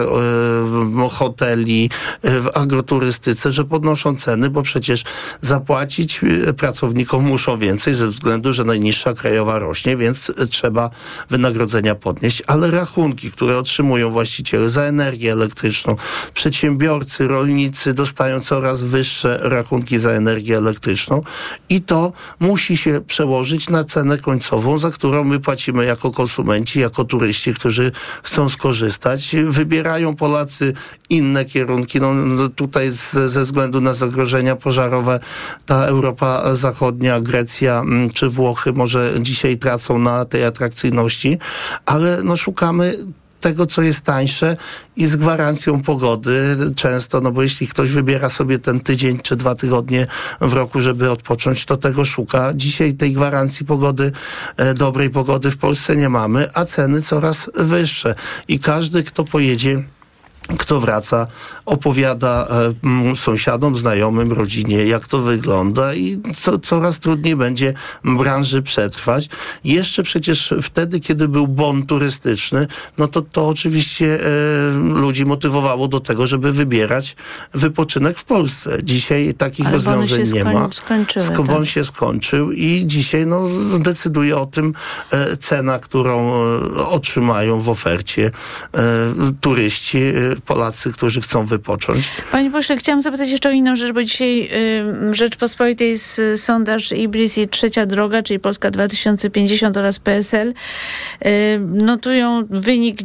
hoteli w agroturystyce, że podnoszą ceny, bo przecież zapłacić pracownikom muszą więcej ze względu, że najniższa krajowa rośnie, więc trzeba wynagrodzenia podnieść, ale rachunki, które otrzymują właściciele za energię elektryczną, przedsiębiorcy, rolnicy dostają coraz wyższe rachunki za energię elektryczną i to musi się przełożyć na cenę końcową, za którą my płacimy jako konsumenci, jako turyści, którzy chcą skorzystać. Wybierają Polacy inne kierunki. Tutaj ze względu na zagrożenia pożarowe ta Europa Zachodnia, Grecja czy Włochy może dzisiaj tracą na tej atrakcyjności, ale szukamy tego, co jest tańsze i z gwarancją pogody często, no bo jeśli ktoś wybiera sobie ten tydzień czy 2 tygodnie w roku, żeby odpocząć, to tego szuka. Dzisiaj tej gwarancji pogody, dobrej pogody w Polsce nie mamy, a ceny coraz wyższe. I każdy, kto pojedzie, kto wraca, opowiada sąsiadom, znajomym, rodzinie, jak to wygląda i coraz trudniej będzie branży przetrwać. Jeszcze przecież wtedy, kiedy był bon turystyczny, no to oczywiście ludzi motywowało do tego, żeby wybierać wypoczynek w Polsce. Dzisiaj takich rozwiązań nie ma. Bon się skończył i dzisiaj decyduje o tym cena, którą otrzymają w ofercie turyści, Polacy, którzy chcą wypocząć. Panie pośle, chciałam zapytać jeszcze o inną rzecz, bo dzisiaj w Rzeczpospolitej jest sondaż IBRIS i Trzecia Droga, czyli Polska 2050 oraz PSL. Notują wynik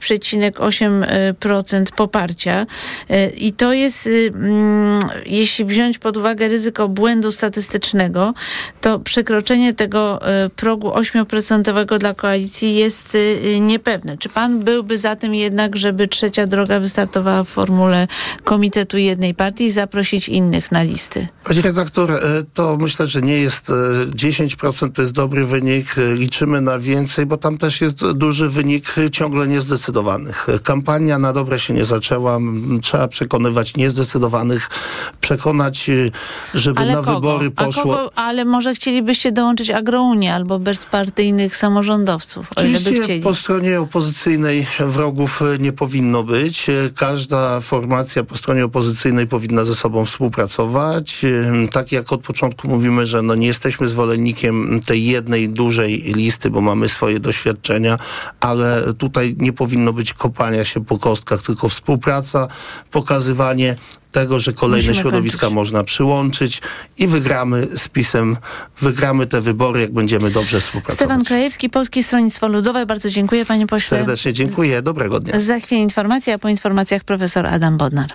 10,8% poparcia. I to jest, jeśli wziąć pod uwagę ryzyko błędu statystycznego, to przekroczenie tego progu 8% dla koalicji jest niepewne. Czy pan byłby za tym jednak, żeby Trzecia Droga wystartowała w formule komitetu jednej partii i zaprosić innych na listy? Panie redaktor, to myślę, że nie jest 10%, to jest dobry wynik. Liczymy na więcej, bo tam też jest duży wynik ciągle niezdecydowanych. Kampania na dobre się nie zaczęła. Trzeba przekonywać niezdecydowanych, przekonać, żeby na wybory poszło. Ale może chcielibyście dołączyć Agrounię albo bezpartyjnych samorządowców, o ile by chcieli. Po stronie opozycyjnej wrogów nie powinno być. Każda formacja po stronie opozycyjnej powinna ze sobą współpracować. Tak jak od początku mówimy, że nie jesteśmy zwolennikiem tej jednej dużej listy, bo mamy swoje doświadczenia, ale tutaj nie powinno być kopania się po kostkach, tylko współpraca, pokazywanie tego, że kolejne środowiska można przyłączyć i wygramy z PiS-em, wygramy te wybory, jak będziemy dobrze współpracować. Stefan Krajewski, Polskie Stronnictwo Ludowe. Bardzo dziękuję, panie pośle. Serdecznie dziękuję. Dobrego dnia. Za chwilę informacja, a po informacjach profesor Adam Bodnar.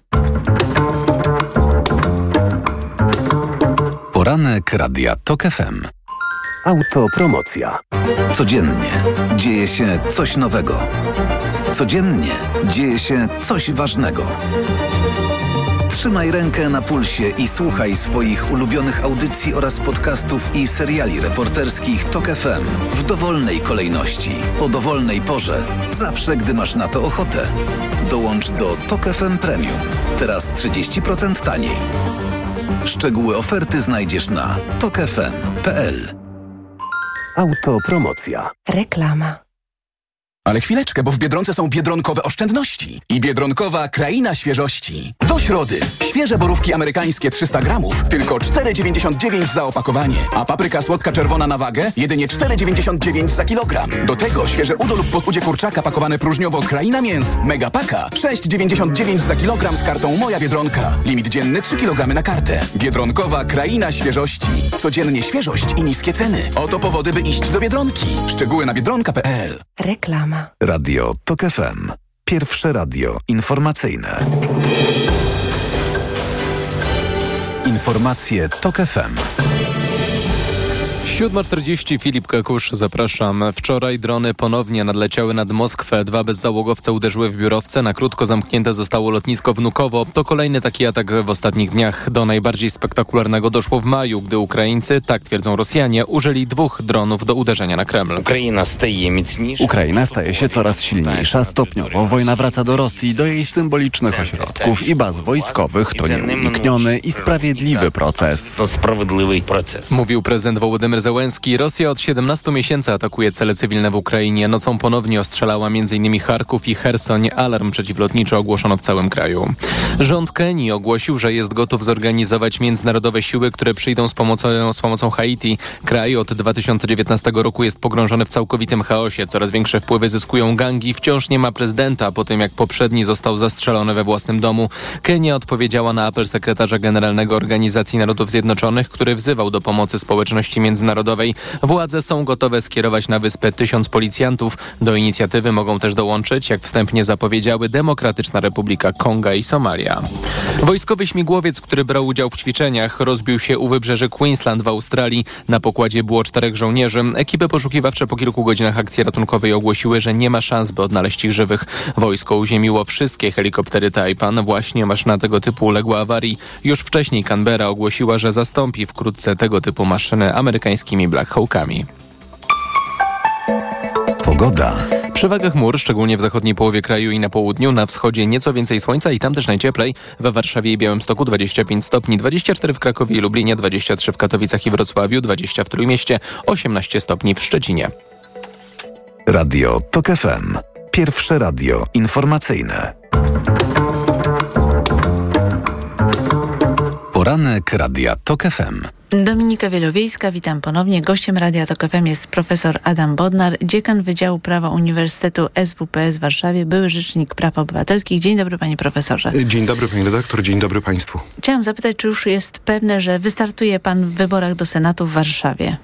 Poranek Radia TOK FM. Autopromocja. Codziennie dzieje się coś nowego. Codziennie dzieje się coś ważnego. Trzymaj rękę na pulsie i słuchaj swoich ulubionych audycji oraz podcastów i seriali reporterskich TOK FM w dowolnej kolejności, o dowolnej porze, zawsze gdy masz na to ochotę. Dołącz do TOK FM Premium. Teraz 30% taniej. Szczegóły oferty znajdziesz na tokfm.pl. Autopromocja. Reklama. Ale chwileczkę, bo w Biedronce są biedronkowe oszczędności i biedronkowa kraina świeżości. Do środy. Świeże borówki amerykańskie 300 gramów, tylko 4,99 za opakowanie. A papryka słodka czerwona na wagę, jedynie 4,99 za kilogram. Do tego świeże udo lub podudzie kurczaka pakowane próżniowo kraina mięs. Megapaka 6,99 za kilogram z kartą Moja Biedronka. Limit dzienny 3 kg na kartę. Biedronkowa kraina świeżości. Codziennie świeżość i niskie ceny. Oto powody, by iść do Biedronki. Szczegóły na biedronka.pl. Reklama. Radio TOK FM. Pierwsze radio informacyjne. Informacje TOK FM. 7:40, Filip Kakusz, zapraszam. Wczoraj drony ponownie nadleciały nad Moskwę. 2 bezzałogowce uderzyły w biurowce. Na krótko zamknięte zostało lotnisko Wnukowo. To kolejny taki atak w ostatnich dniach. Do najbardziej spektakularnego doszło w maju, gdy Ukraińcy, tak twierdzą Rosjanie, użyli 2 dronów do uderzenia na Kreml. Ukraina staje się coraz silniejsza. Stopniowo wojna wraca do Rosji, do jej symbolicznych ośrodków i baz wojskowych. To nieunikniony i sprawiedliwy proces. Mówił prezydent Wołodymyr Zełenski. Rosja od 17 miesięcy atakuje cele cywilne w Ukrainie. Nocą ponownie ostrzelała m.in. Charków i Chersoń. Alarm przeciwlotniczy ogłoszono w całym kraju. Rząd Kenii ogłosił, że jest gotów zorganizować międzynarodowe siły, które przyjdą z pomocą Haiti. Kraj od 2019 roku jest pogrążony w całkowitym chaosie. Coraz większe wpływy zyskują gangi. Wciąż nie ma prezydenta po tym, jak poprzedni został zastrzelony we własnym domu. Kenia odpowiedziała na apel sekretarza generalnego Organizacji Narodów Zjednoczonych, który wzywał do pomocy społeczności międzynarodowej międzynarodowej. Władze są gotowe skierować na wyspę 1000 policjantów. Do inicjatywy mogą też dołączyć, jak wstępnie zapowiedziały, Demokratyczna Republika Konga i Somalia. Wojskowy śmigłowiec, który brał udział w ćwiczeniach, rozbił się u wybrzeży Queensland w Australii. Na pokładzie było 4 żołnierzy. Ekipy poszukiwawcze po kilku godzinach akcji ratunkowej ogłosiły, że nie ma szans, by odnaleźć ich żywych. Wojsko uziemiło wszystkie helikoptery Taipan. Właśnie maszyna tego typu uległa awarii. Już wcześniej Canberra ogłosiła, że zastąpi wkrótce tego typu maszyny amerykańskimi Black Hawkami. Pogoda. Przewaga chmur, szczególnie w zachodniej połowie kraju i na południu, na wschodzie nieco więcej słońca i tam też najcieplej. We Warszawie i Białymstoku 25 stopni, 24 w Krakowie i Lublinie, 23 w Katowicach i Wrocławiu, 20 w Trójmieście, 18 stopni w Szczecinie. Radio TOK FM. Pierwsze radio informacyjne. Poranek Radia TOK FM. Dominika Wielowiejska, witam ponownie. Gościem Radia TOK FM jest profesor Adam Bodnar, dziekan Wydziału Prawa Uniwersytetu SWPS w Warszawie, były rzecznik praw obywatelskich. Dzień dobry, panie profesorze. Dzień dobry, pani redaktor, dzień dobry państwu. Chciałam zapytać, czy już jest pewne, że wystartuje pan w wyborach do Senatu w Warszawie?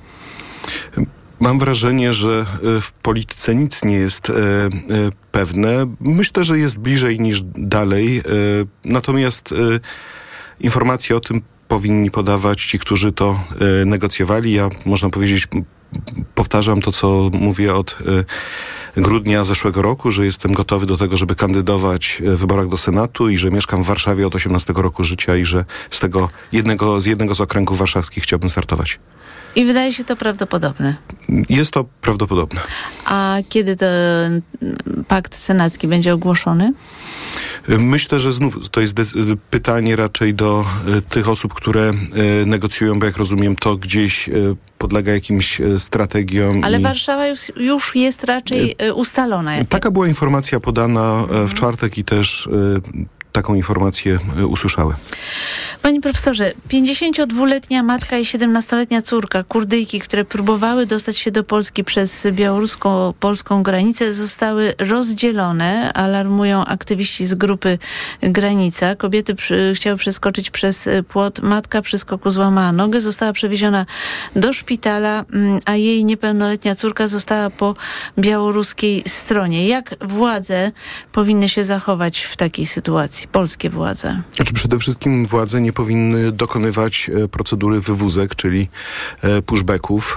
Mam wrażenie, że w polityce nic nie jest pewne. Myślę, że jest bliżej niż dalej. Natomiast informacje o tym powinni podawać ci, którzy to negocjowali. Ja, można powiedzieć, powtarzam to, co mówię od grudnia zeszłego roku, że jestem gotowy do tego, żeby kandydować w wyborach do Senatu i że mieszkam w Warszawie od 18 roku życia i że z jednego z okręgów warszawskich chciałbym startować. I wydaje się to prawdopodobne. Jest to prawdopodobne. A kiedy ten pakt senacki będzie ogłoszony? Myślę, że znów to jest pytanie raczej do tych osób, które negocjują, bo jak rozumiem, to gdzieś podlega jakimś strategiom. Ale Warszawa już jest raczej ustalona. Taka była informacja podana w czwartek i też taką informację usłyszałam. Panie profesorze, 52-letnia matka i 17-letnia córka Kurdyjki, które próbowały dostać się do Polski przez białorusko-polską granicę, zostały rozdzielone, alarmują aktywiści z grupy Granica. Kobiety chciały przeskoczyć przez płot, matka przy skoku złamała nogę, została przewieziona do szpitala, a jej niepełnoletnia córka została po białoruskiej stronie. Jak władze powinny się zachować w takiej sytuacji? Polskie władze? Znaczy, przede wszystkim władze nie powinny dokonywać procedury wywózek, czyli pushbacków.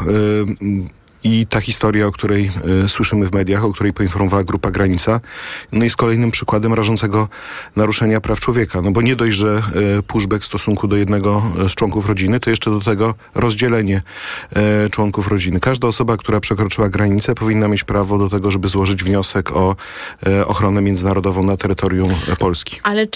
I ta historia, o której słyszymy w mediach, o której poinformowała Grupa Granica, no jest kolejnym przykładem rażącego naruszenia praw człowieka. No bo nie dość, że pushback w stosunku do jednego z członków rodziny, to jeszcze do tego rozdzielenie członków rodziny. Każda osoba, która przekroczyła granicę, powinna mieć prawo do tego, żeby złożyć wniosek o ochronę międzynarodową na terytorium Polski. Ale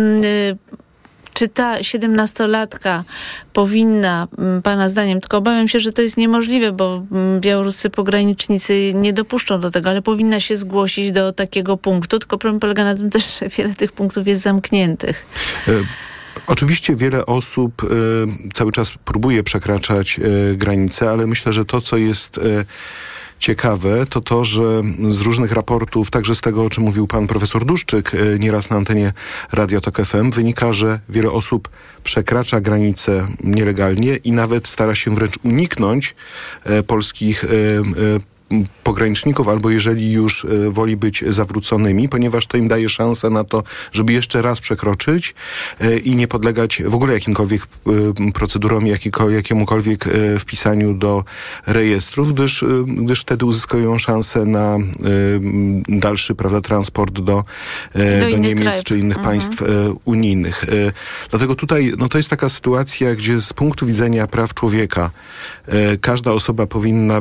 czy ta 17-latka powinna, pana zdaniem, tylko obawiam się, że to jest niemożliwe, bo białoruscy pogranicznicy nie dopuszczą do tego, ale powinna się zgłosić do takiego punktu, tylko problem polega na tym też, że wiele tych punktów jest zamkniętych. Oczywiście wiele osób cały czas próbuje przekraczać granice, ale myślę, że to, co jest ciekawe, to, że z różnych raportów, także z tego, o czym mówił pan profesor Duszczyk nieraz na antenie Radia TOK FM, wynika, że wiele osób przekracza granicę nielegalnie i nawet stara się wręcz uniknąć polskich pograniczników, albo jeżeli już woli być zawróconymi, ponieważ to im daje szansę na to, żeby jeszcze raz przekroczyć i nie podlegać w ogóle jakimkolwiek procedurom, jakiemukolwiek wpisaniu do rejestrów, gdyż wtedy uzyskują szansę na dalszy, prawda, transport do Niemiec krajów, czy innych państw unijnych. Dlatego tutaj to jest taka sytuacja, gdzie z punktu widzenia praw człowieka każda osoba powinna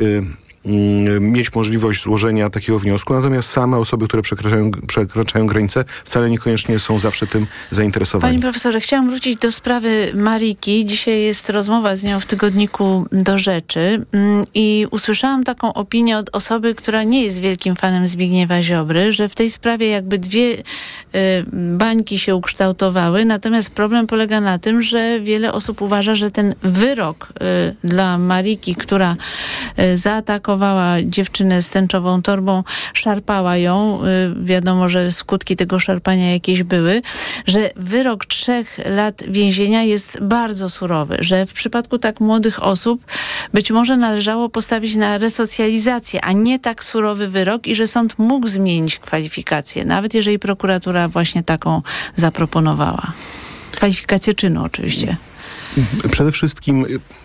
mieć możliwość złożenia takiego wniosku, natomiast same osoby, które przekraczają granicę, wcale niekoniecznie są zawsze tym zainteresowane. Panie profesorze, chciałam wrócić do sprawy Mariki. Dzisiaj jest rozmowa z nią w tygodniku Do Rzeczy i usłyszałam taką opinię od osoby, która nie jest wielkim fanem Zbigniewa Ziobry, że w tej sprawie jakby dwie bańki się ukształtowały, natomiast problem polega na tym, że wiele osób uważa, że ten wyrok dla Mariki, która zaatakowała paatakowała dziewczynę z tęczową torbą, szarpała ją. Wiadomo, że skutki tego szarpania jakieś były, że wyrok 3 lat więzienia jest bardzo surowy, że w przypadku tak młodych osób być może należało postawić na resocjalizację, a nie tak surowy wyrok i że sąd mógł zmienić kwalifikację, nawet jeżeli prokuratura właśnie taką zaproponowała. Kwalifikację czynu oczywiście. Przede wszystkim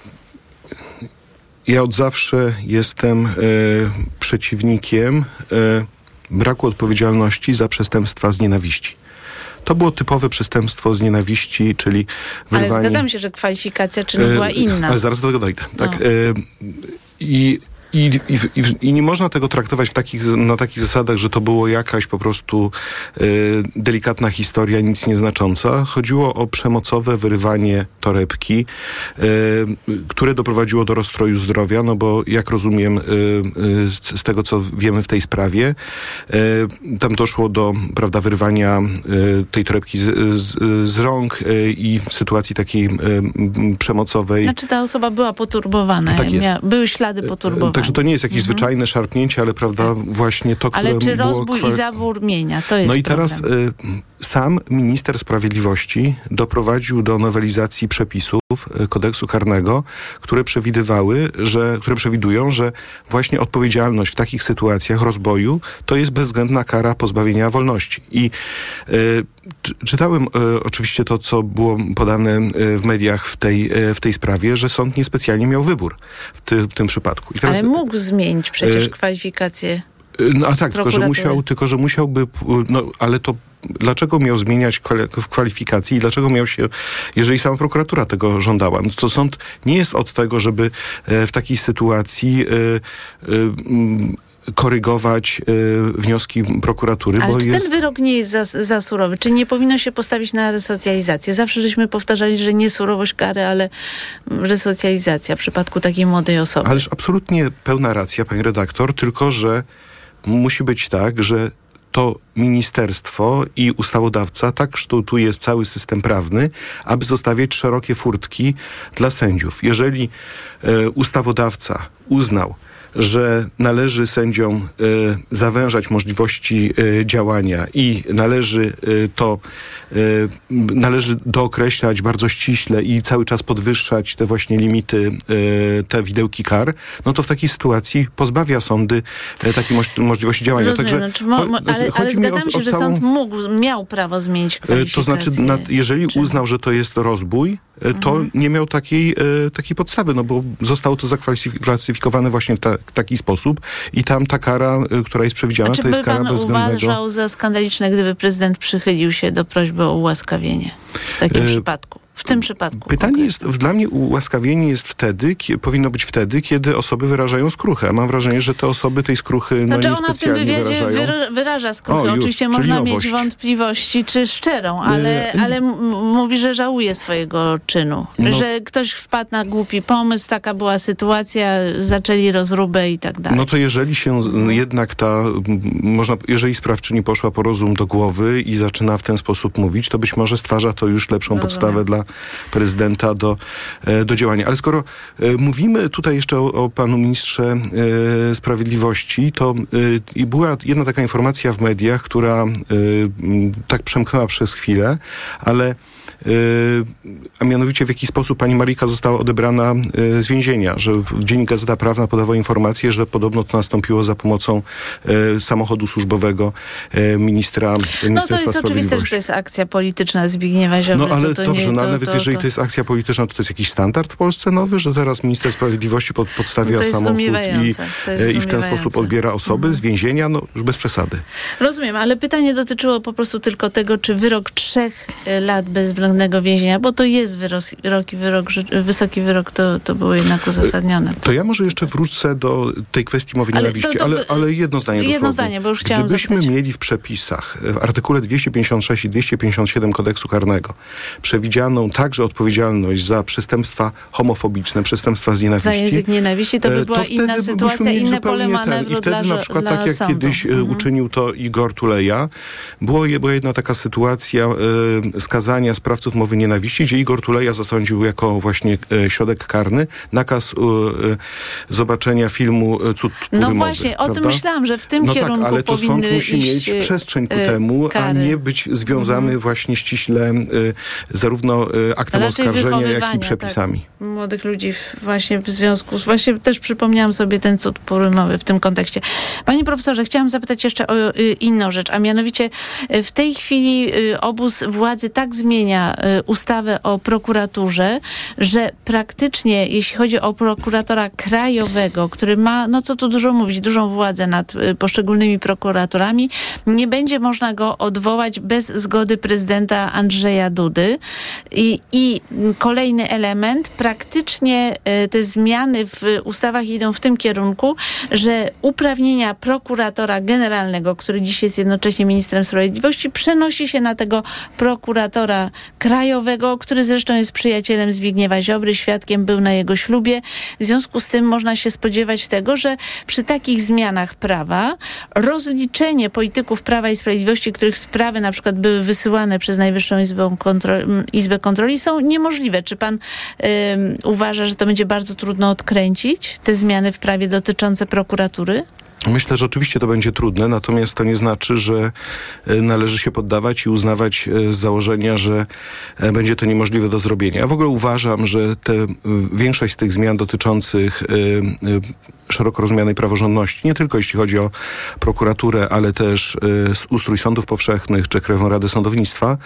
ja od zawsze jestem przeciwnikiem braku odpowiedzialności za przestępstwa z nienawiści. To było typowe przestępstwo z nienawiści, czyli wyrwanie... Ale zgadzam się, że kwalifikacja czynu była inna. Ale zaraz do tego dojdę. Tak. I nie można tego traktować na takich zasadach, że to było jakaś po prostu delikatna historia, nic nieznacząca. Chodziło o przemocowe wyrywanie torebki, które doprowadziło do rozstroju zdrowia, no bo jak rozumiem z tego, co wiemy w tej sprawie, tam doszło do, prawda, wyrywania tej torebki z rąk i sytuacji takiej przemocowej. Znaczy ta osoba była poturbowana. Tak jest. Były ślady poturbowania. Także to nie jest jakieś zwyczajne szarpnięcie, ale prawda, właśnie to, które ale czy było... rozbój i zawór mienia, to jest No i problem. teraz sam minister sprawiedliwości doprowadził do nowelizacji przepisów kodeksu karnego, które przewidują, że właśnie odpowiedzialność w takich sytuacjach rozboju to jest bezwzględna kara pozbawienia wolności. I czytałem oczywiście to, co było podane w mediach w tej sprawie, że sąd niespecjalnie miał wybór w tym przypadku. I teraz, ale mógł zmienić przecież kwalifikację. No a tak, tylko że musiałby, no ale to dlaczego miał zmieniać kwalifikacje i dlaczego miał się, jeżeli sama prokuratura tego żądała? No to sąd nie jest od tego, żeby w takiej sytuacji korygować wnioski prokuratury. Ale czy ten wyrok nie jest za surowy? Czy nie powinno się postawić na resocjalizację? Zawsze żeśmy powtarzali, że nie surowość kary, ale resocjalizacja w przypadku takiej młodej osoby. Ależ absolutnie pełna racja, pani redaktor, tylko że musi być tak, że to ministerstwo i ustawodawca tak kształtuje cały system prawny, aby zostawiać szerokie furtki dla sędziów. Jeżeli ustawodawca uznał, że należy sędziom zawężać możliwości działania i należy dookreślać bardzo ściśle i cały czas podwyższać te właśnie limity, te widełki kar, no to w takiej sytuacji pozbawia sądy takiej możliwości działania. Rozumiem, Także ale zgadzam się, że sąd miał prawo zmienić kwalifikację. To znaczy, jeżeli uznał, że to jest rozbój, to nie miał takiej podstawy, no bo zostało to zaklasyfikowane właśnie w taki sposób i tam ta kara, która jest przewidziana, to jest kara bezwzględnego... Czy by pan uważał za skandaliczne, gdyby prezydent przychylił się do prośby o ułaskawienie w takim przypadku? W tym przypadku. Pytanie jest, dla mnie ułaskawienie jest powinno być wtedy, kiedy osoby wyrażają skruchę. Mam wrażenie, że te osoby tej skruchy znaczy nie ona w tym wywiadzie wyraża skruchę. Oczywiście można mieć wątpliwości, czy szczerą, ale mówi, że żałuje swojego czynu. Że ktoś wpadł na głupi pomysł, taka była sytuacja, zaczęli rozróbę i tak dalej. No to jeżeli się jednak jeżeli sprawczyni poszła po rozum do głowy i zaczyna w ten sposób mówić, to być może stwarza to już lepszą podstawę dla prezydenta do działania. Ale skoro mówimy tutaj jeszcze o panu ministrze sprawiedliwości, to była jedna taka informacja w mediach, która tak przemknęła przez chwilę, ale a mianowicie w jaki sposób pani Marika została odebrana z więzienia, że Dziennik Gazeta Prawna podawał informację, że podobno to nastąpiło za pomocą samochodu służbowego Ministerstwa Sprawiedliwości. No to jest oczywiste, że to jest akcja polityczna Zbigniewa Ziobry. No ale dobrze, nawet jeżeli to jest akcja polityczna, to jest jakiś standard w Polsce nowy, że teraz minister sprawiedliwości podstawia samochód i w ten sposób odbiera osoby z więzienia, no już bez przesady. Rozumiem, ale pytanie dotyczyło po prostu tylko tego, czy wyrok 3 lat bezwzględnego więzienia, bo to jest wysoki wyrok, to było jednak uzasadnione. To ja może jeszcze wrócę do tej kwestii mowy nienawiści, ale jedno zdanie. Jedno zdanie, bo już chciałam Gdybyśmy mieli w przepisach, w artykule 256 i 257 kodeksu karnego przewidzianą także odpowiedzialność za przestępstwa homofobiczne, przestępstwa z nienawiści. Za język nienawiści to by była inna sytuacja, inne pole manewru i wtedy na przykład tak jak sądu. kiedyś uczynił to Igor Tuleja, była jedna taka sytuacja skazania sprawców mowy nienawiści, gdzie Igor Tuleja zasądził jako właśnie środek karny nakaz zobaczenia filmu Cud No mowy, właśnie, o tym prawda? myślałam, że w tym kierunku tak, ale to powinny sąd musi iść mieć przestrzeń ku temu, kary. a nie być związany właśnie ściśle zarówno aktem Raczej oskarżenia, jak i wychowywania, przepisami. Tak, młodych ludzi właśnie w związku z... Właśnie też przypomniałam sobie ten cud purymowy w tym kontekście. Panie profesorze, chciałam zapytać jeszcze o inną rzecz, a mianowicie w tej chwili obóz władzy tak zmienia ustawę o prokuraturze, że praktycznie, jeśli chodzi o prokuratora krajowego, który ma, no co tu dużo mówić, dużą władzę nad poszczególnymi prokuratorami, nie będzie można go odwołać bez zgody prezydenta Andrzeja Dudy. I kolejny element, praktycznie te zmiany w ustawach idą w tym kierunku, że uprawnienia prokuratora generalnego, który dziś jest jednocześnie ministrem sprawiedliwości, przenosi się na tego prokuratora krajowego, który zresztą jest przyjacielem Zbigniewa Ziobry, świadkiem był na jego ślubie. W związku z tym można się spodziewać tego, że przy takich zmianach prawa rozliczenie polityków Prawa i Sprawiedliwości, których sprawy na przykład były wysyłane przez Najwyższą Izbę Kontroli, są niemożliwe. Czy pan uważa, że to będzie bardzo trudno odkręcić, te zmiany w prawie dotyczące prokuratury? Myślę, że oczywiście to będzie trudne, natomiast to nie znaczy, że należy się poddawać i uznawać z założenia, że będzie to niemożliwe do zrobienia. Ja w ogóle uważam, że większość z tych zmian dotyczących szeroko rozumianej praworządności, nie tylko jeśli chodzi o prokuraturę, ale też ustrój sądów powszechnych czy Krajową Radę Sądownictwa,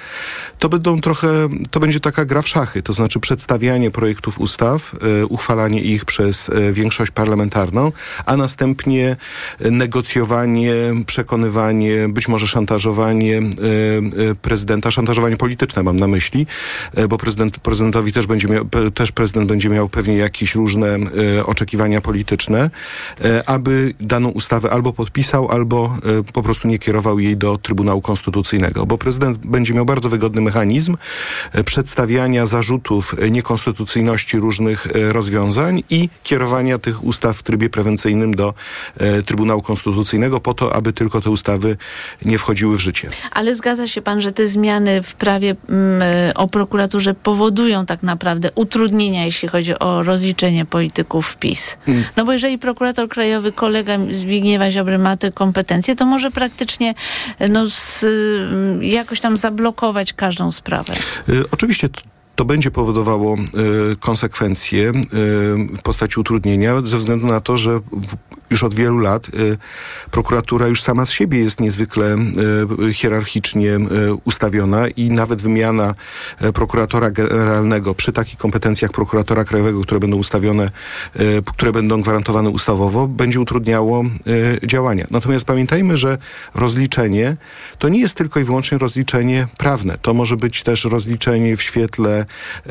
to będzie taka gra w szachy, to znaczy przedstawianie projektów ustaw, uchwalanie ich przez większość parlamentarną, a następnie negocjowanie, przekonywanie, być może szantażowanie prezydenta, szantażowanie polityczne mam na myśli, bo prezydentowi też prezydent będzie miał pewnie jakieś różne oczekiwania polityczne, aby daną ustawę albo podpisał, albo po prostu nie kierował jej do Trybunału Konstytucyjnego, bo prezydent będzie miał bardzo wygodny mechanizm przedstawiania zarzutów niekonstytucyjności różnych rozwiązań i kierowania tych ustaw w trybie prewencyjnym do Trybunału Konstytucyjnego po to, aby tylko te ustawy nie wchodziły w życie. Ale zgadza się pan, że te zmiany w prawie o prokuraturze powodują tak naprawdę utrudnienia, jeśli chodzi o rozliczenie polityków PiS. No bo jeżeli prokurator krajowy, kolega Zbigniewa Ziobry ma te kompetencje, to może praktycznie jakoś tam zablokować każdą sprawę. Oczywiście to będzie powodowało konsekwencje w postaci utrudnienia ze względu na to, że już od wielu lat prokuratura już sama z siebie jest niezwykle hierarchicznie ustawiona i nawet wymiana prokuratora generalnego przy takich kompetencjach prokuratora krajowego, które będą ustawione, które będą gwarantowane ustawowo, będzie utrudniało działania. Natomiast pamiętajmy, że rozliczenie to nie jest tylko i wyłącznie rozliczenie prawne. To może być też rozliczenie w świetle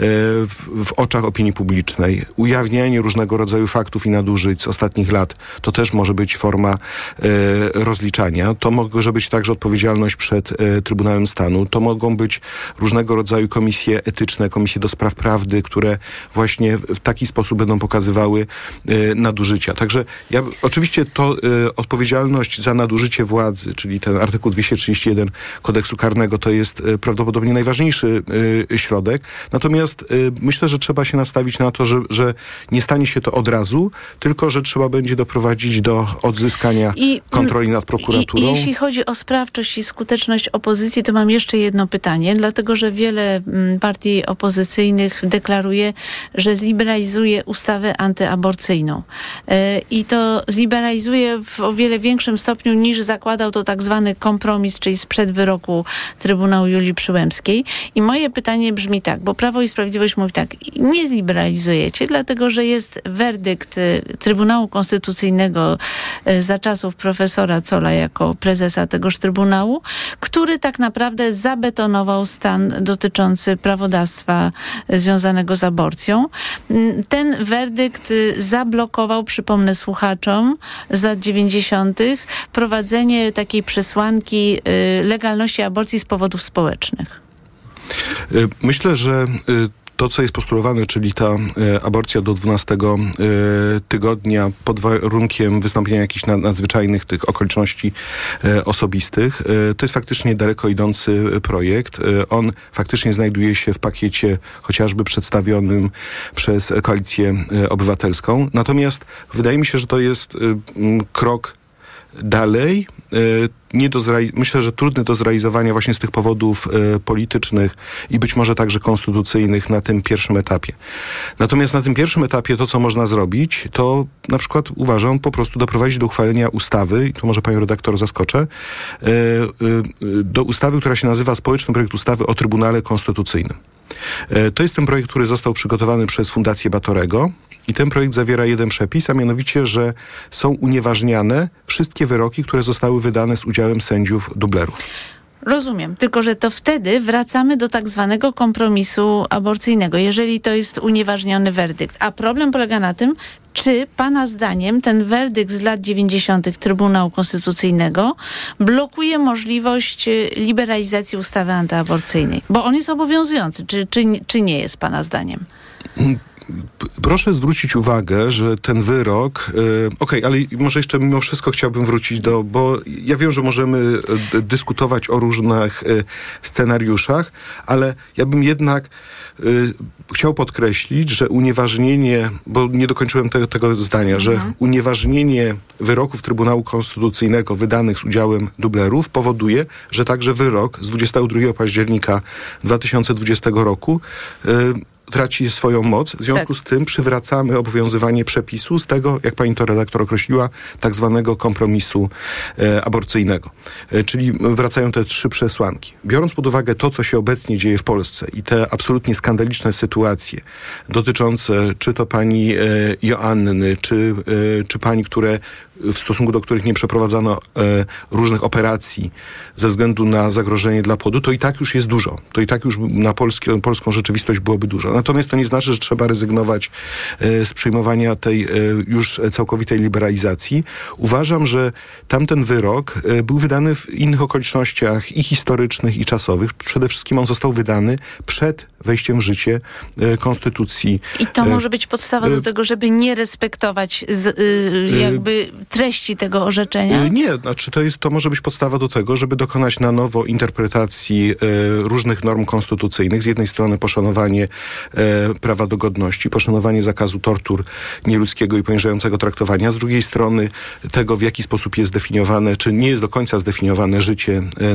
w oczach opinii publicznej, ujawnianie różnego rodzaju faktów i nadużyć z ostatnich lat. To też może być forma rozliczania. To może być także odpowiedzialność przed Trybunałem Stanu. To mogą być różnego rodzaju komisje etyczne, komisje do spraw prawdy, które właśnie w taki sposób będą pokazywały nadużycia. Także oczywiście to odpowiedzialność za nadużycie władzy, czyli ten artykuł 231 kodeksu karnego, to jest prawdopodobnie najważniejszy środek. Natomiast myślę, że trzeba się nastawić na to, że nie stanie się to od razu, tylko że trzeba będzie doprowadzić do odzyskania kontroli nad prokuraturą. I jeśli chodzi o sprawczość i skuteczność opozycji, to mam jeszcze jedno pytanie, dlatego że wiele partii opozycyjnych deklaruje, że zliberalizuje ustawę antyaborcyjną. I to zliberalizuje w o wiele większym stopniu niż zakładał to tak zwany kompromis, czyli sprzed wyroku Trybunału Julii Przyłębskiej. I moje pytanie brzmi tak, bo Prawo i Sprawiedliwość mówi tak, nie zliberalizujecie, dlatego że jest werdykt Trybunału Konstytucyjnego za czasów profesora Zolla jako prezesa tegoż Trybunału, który tak naprawdę zabetonował stan dotyczący prawodawstwa związanego z aborcją. Ten werdykt zablokował, przypomnę słuchaczom, z lat 90. prowadzenie takiej przesłanki legalności aborcji z powodów społecznych. Myślę, że to, co jest postulowane, czyli ta aborcja do 12 tygodnia pod warunkiem wystąpienia jakichś nadzwyczajnych tych okoliczności osobistych, to jest faktycznie daleko idący projekt. On faktycznie znajduje się w pakiecie chociażby przedstawionym przez Koalicję Obywatelską. Natomiast wydaje mi się, że to jest krok dalej, myślę, że trudny do zrealizowania właśnie z tych powodów politycznych i być może także konstytucyjnych na tym pierwszym etapie. Natomiast na tym pierwszym etapie to, co można zrobić, to na przykład uważam po prostu doprowadzić do uchwalenia ustawy, i tu może panią redaktor zaskoczę, do ustawy, która się nazywa Społeczny projekt ustawy o Trybunale Konstytucyjnym. To jest ten projekt, który został przygotowany przez Fundację Batorego i ten projekt zawiera jeden przepis, a mianowicie, że są unieważniane wszystkie wyroki, które zostały wydane z udziałem sędziów dublerów. Rozumiem, tylko że to wtedy wracamy do tak zwanego kompromisu aborcyjnego, jeżeli to jest unieważniony werdykt. A problem polega na tym, czy pana zdaniem ten werdykt z lat 90. Trybunału Konstytucyjnego blokuje możliwość liberalizacji ustawy antyaborcyjnej? Bo on jest obowiązujący. Czy nie jest pana zdaniem? Proszę zwrócić uwagę, że ten wyrok... ale może jeszcze mimo wszystko chciałbym wrócić bo ja wiem, że możemy dyskutować o różnych scenariuszach, ale ja bym jednak chciał podkreślić, że unieważnienie, bo nie dokończyłem tego zdania, że unieważnienie wyroków Trybunału Konstytucyjnego wydanych z udziałem dublerów powoduje, że także wyrok z 22 października 2020 roku traci swoją moc. W związku z tym przywracamy obowiązywanie przepisu z tego, jak pani to redaktor określiła, tak zwanego kompromisu aborcyjnego. Czyli wracają te trzy przesłanki. Biorąc pod uwagę to, co się obecnie dzieje w Polsce i te absolutnie skandaliczne sytuacje dotyczące czy to pani Joanny, czy pań, w stosunku do których nie przeprowadzano różnych operacji ze względu na zagrożenie dla płodu, to i tak już jest dużo. To i tak już na polską rzeczywistość byłoby dużo. Natomiast to nie znaczy, że trzeba rezygnować z przyjmowania tej już całkowitej liberalizacji. Uważam, że tamten wyrok był wydany w innych okolicznościach i historycznych, i czasowych. Przede wszystkim on został wydany przed wejściem w życie Konstytucji. I to może być podstawa do tego, żeby nie respektować jakby treści tego orzeczenia? Nie, to może być podstawa do tego, żeby dokonać na nowo interpretacji różnych norm konstytucyjnych. Z jednej strony poszanowanie prawa do godności, poszanowanie zakazu tortur, nieludzkiego i poniżającego traktowania, z drugiej strony tego, w jaki sposób jest zdefiniowane, czy nie jest do końca zdefiniowane życie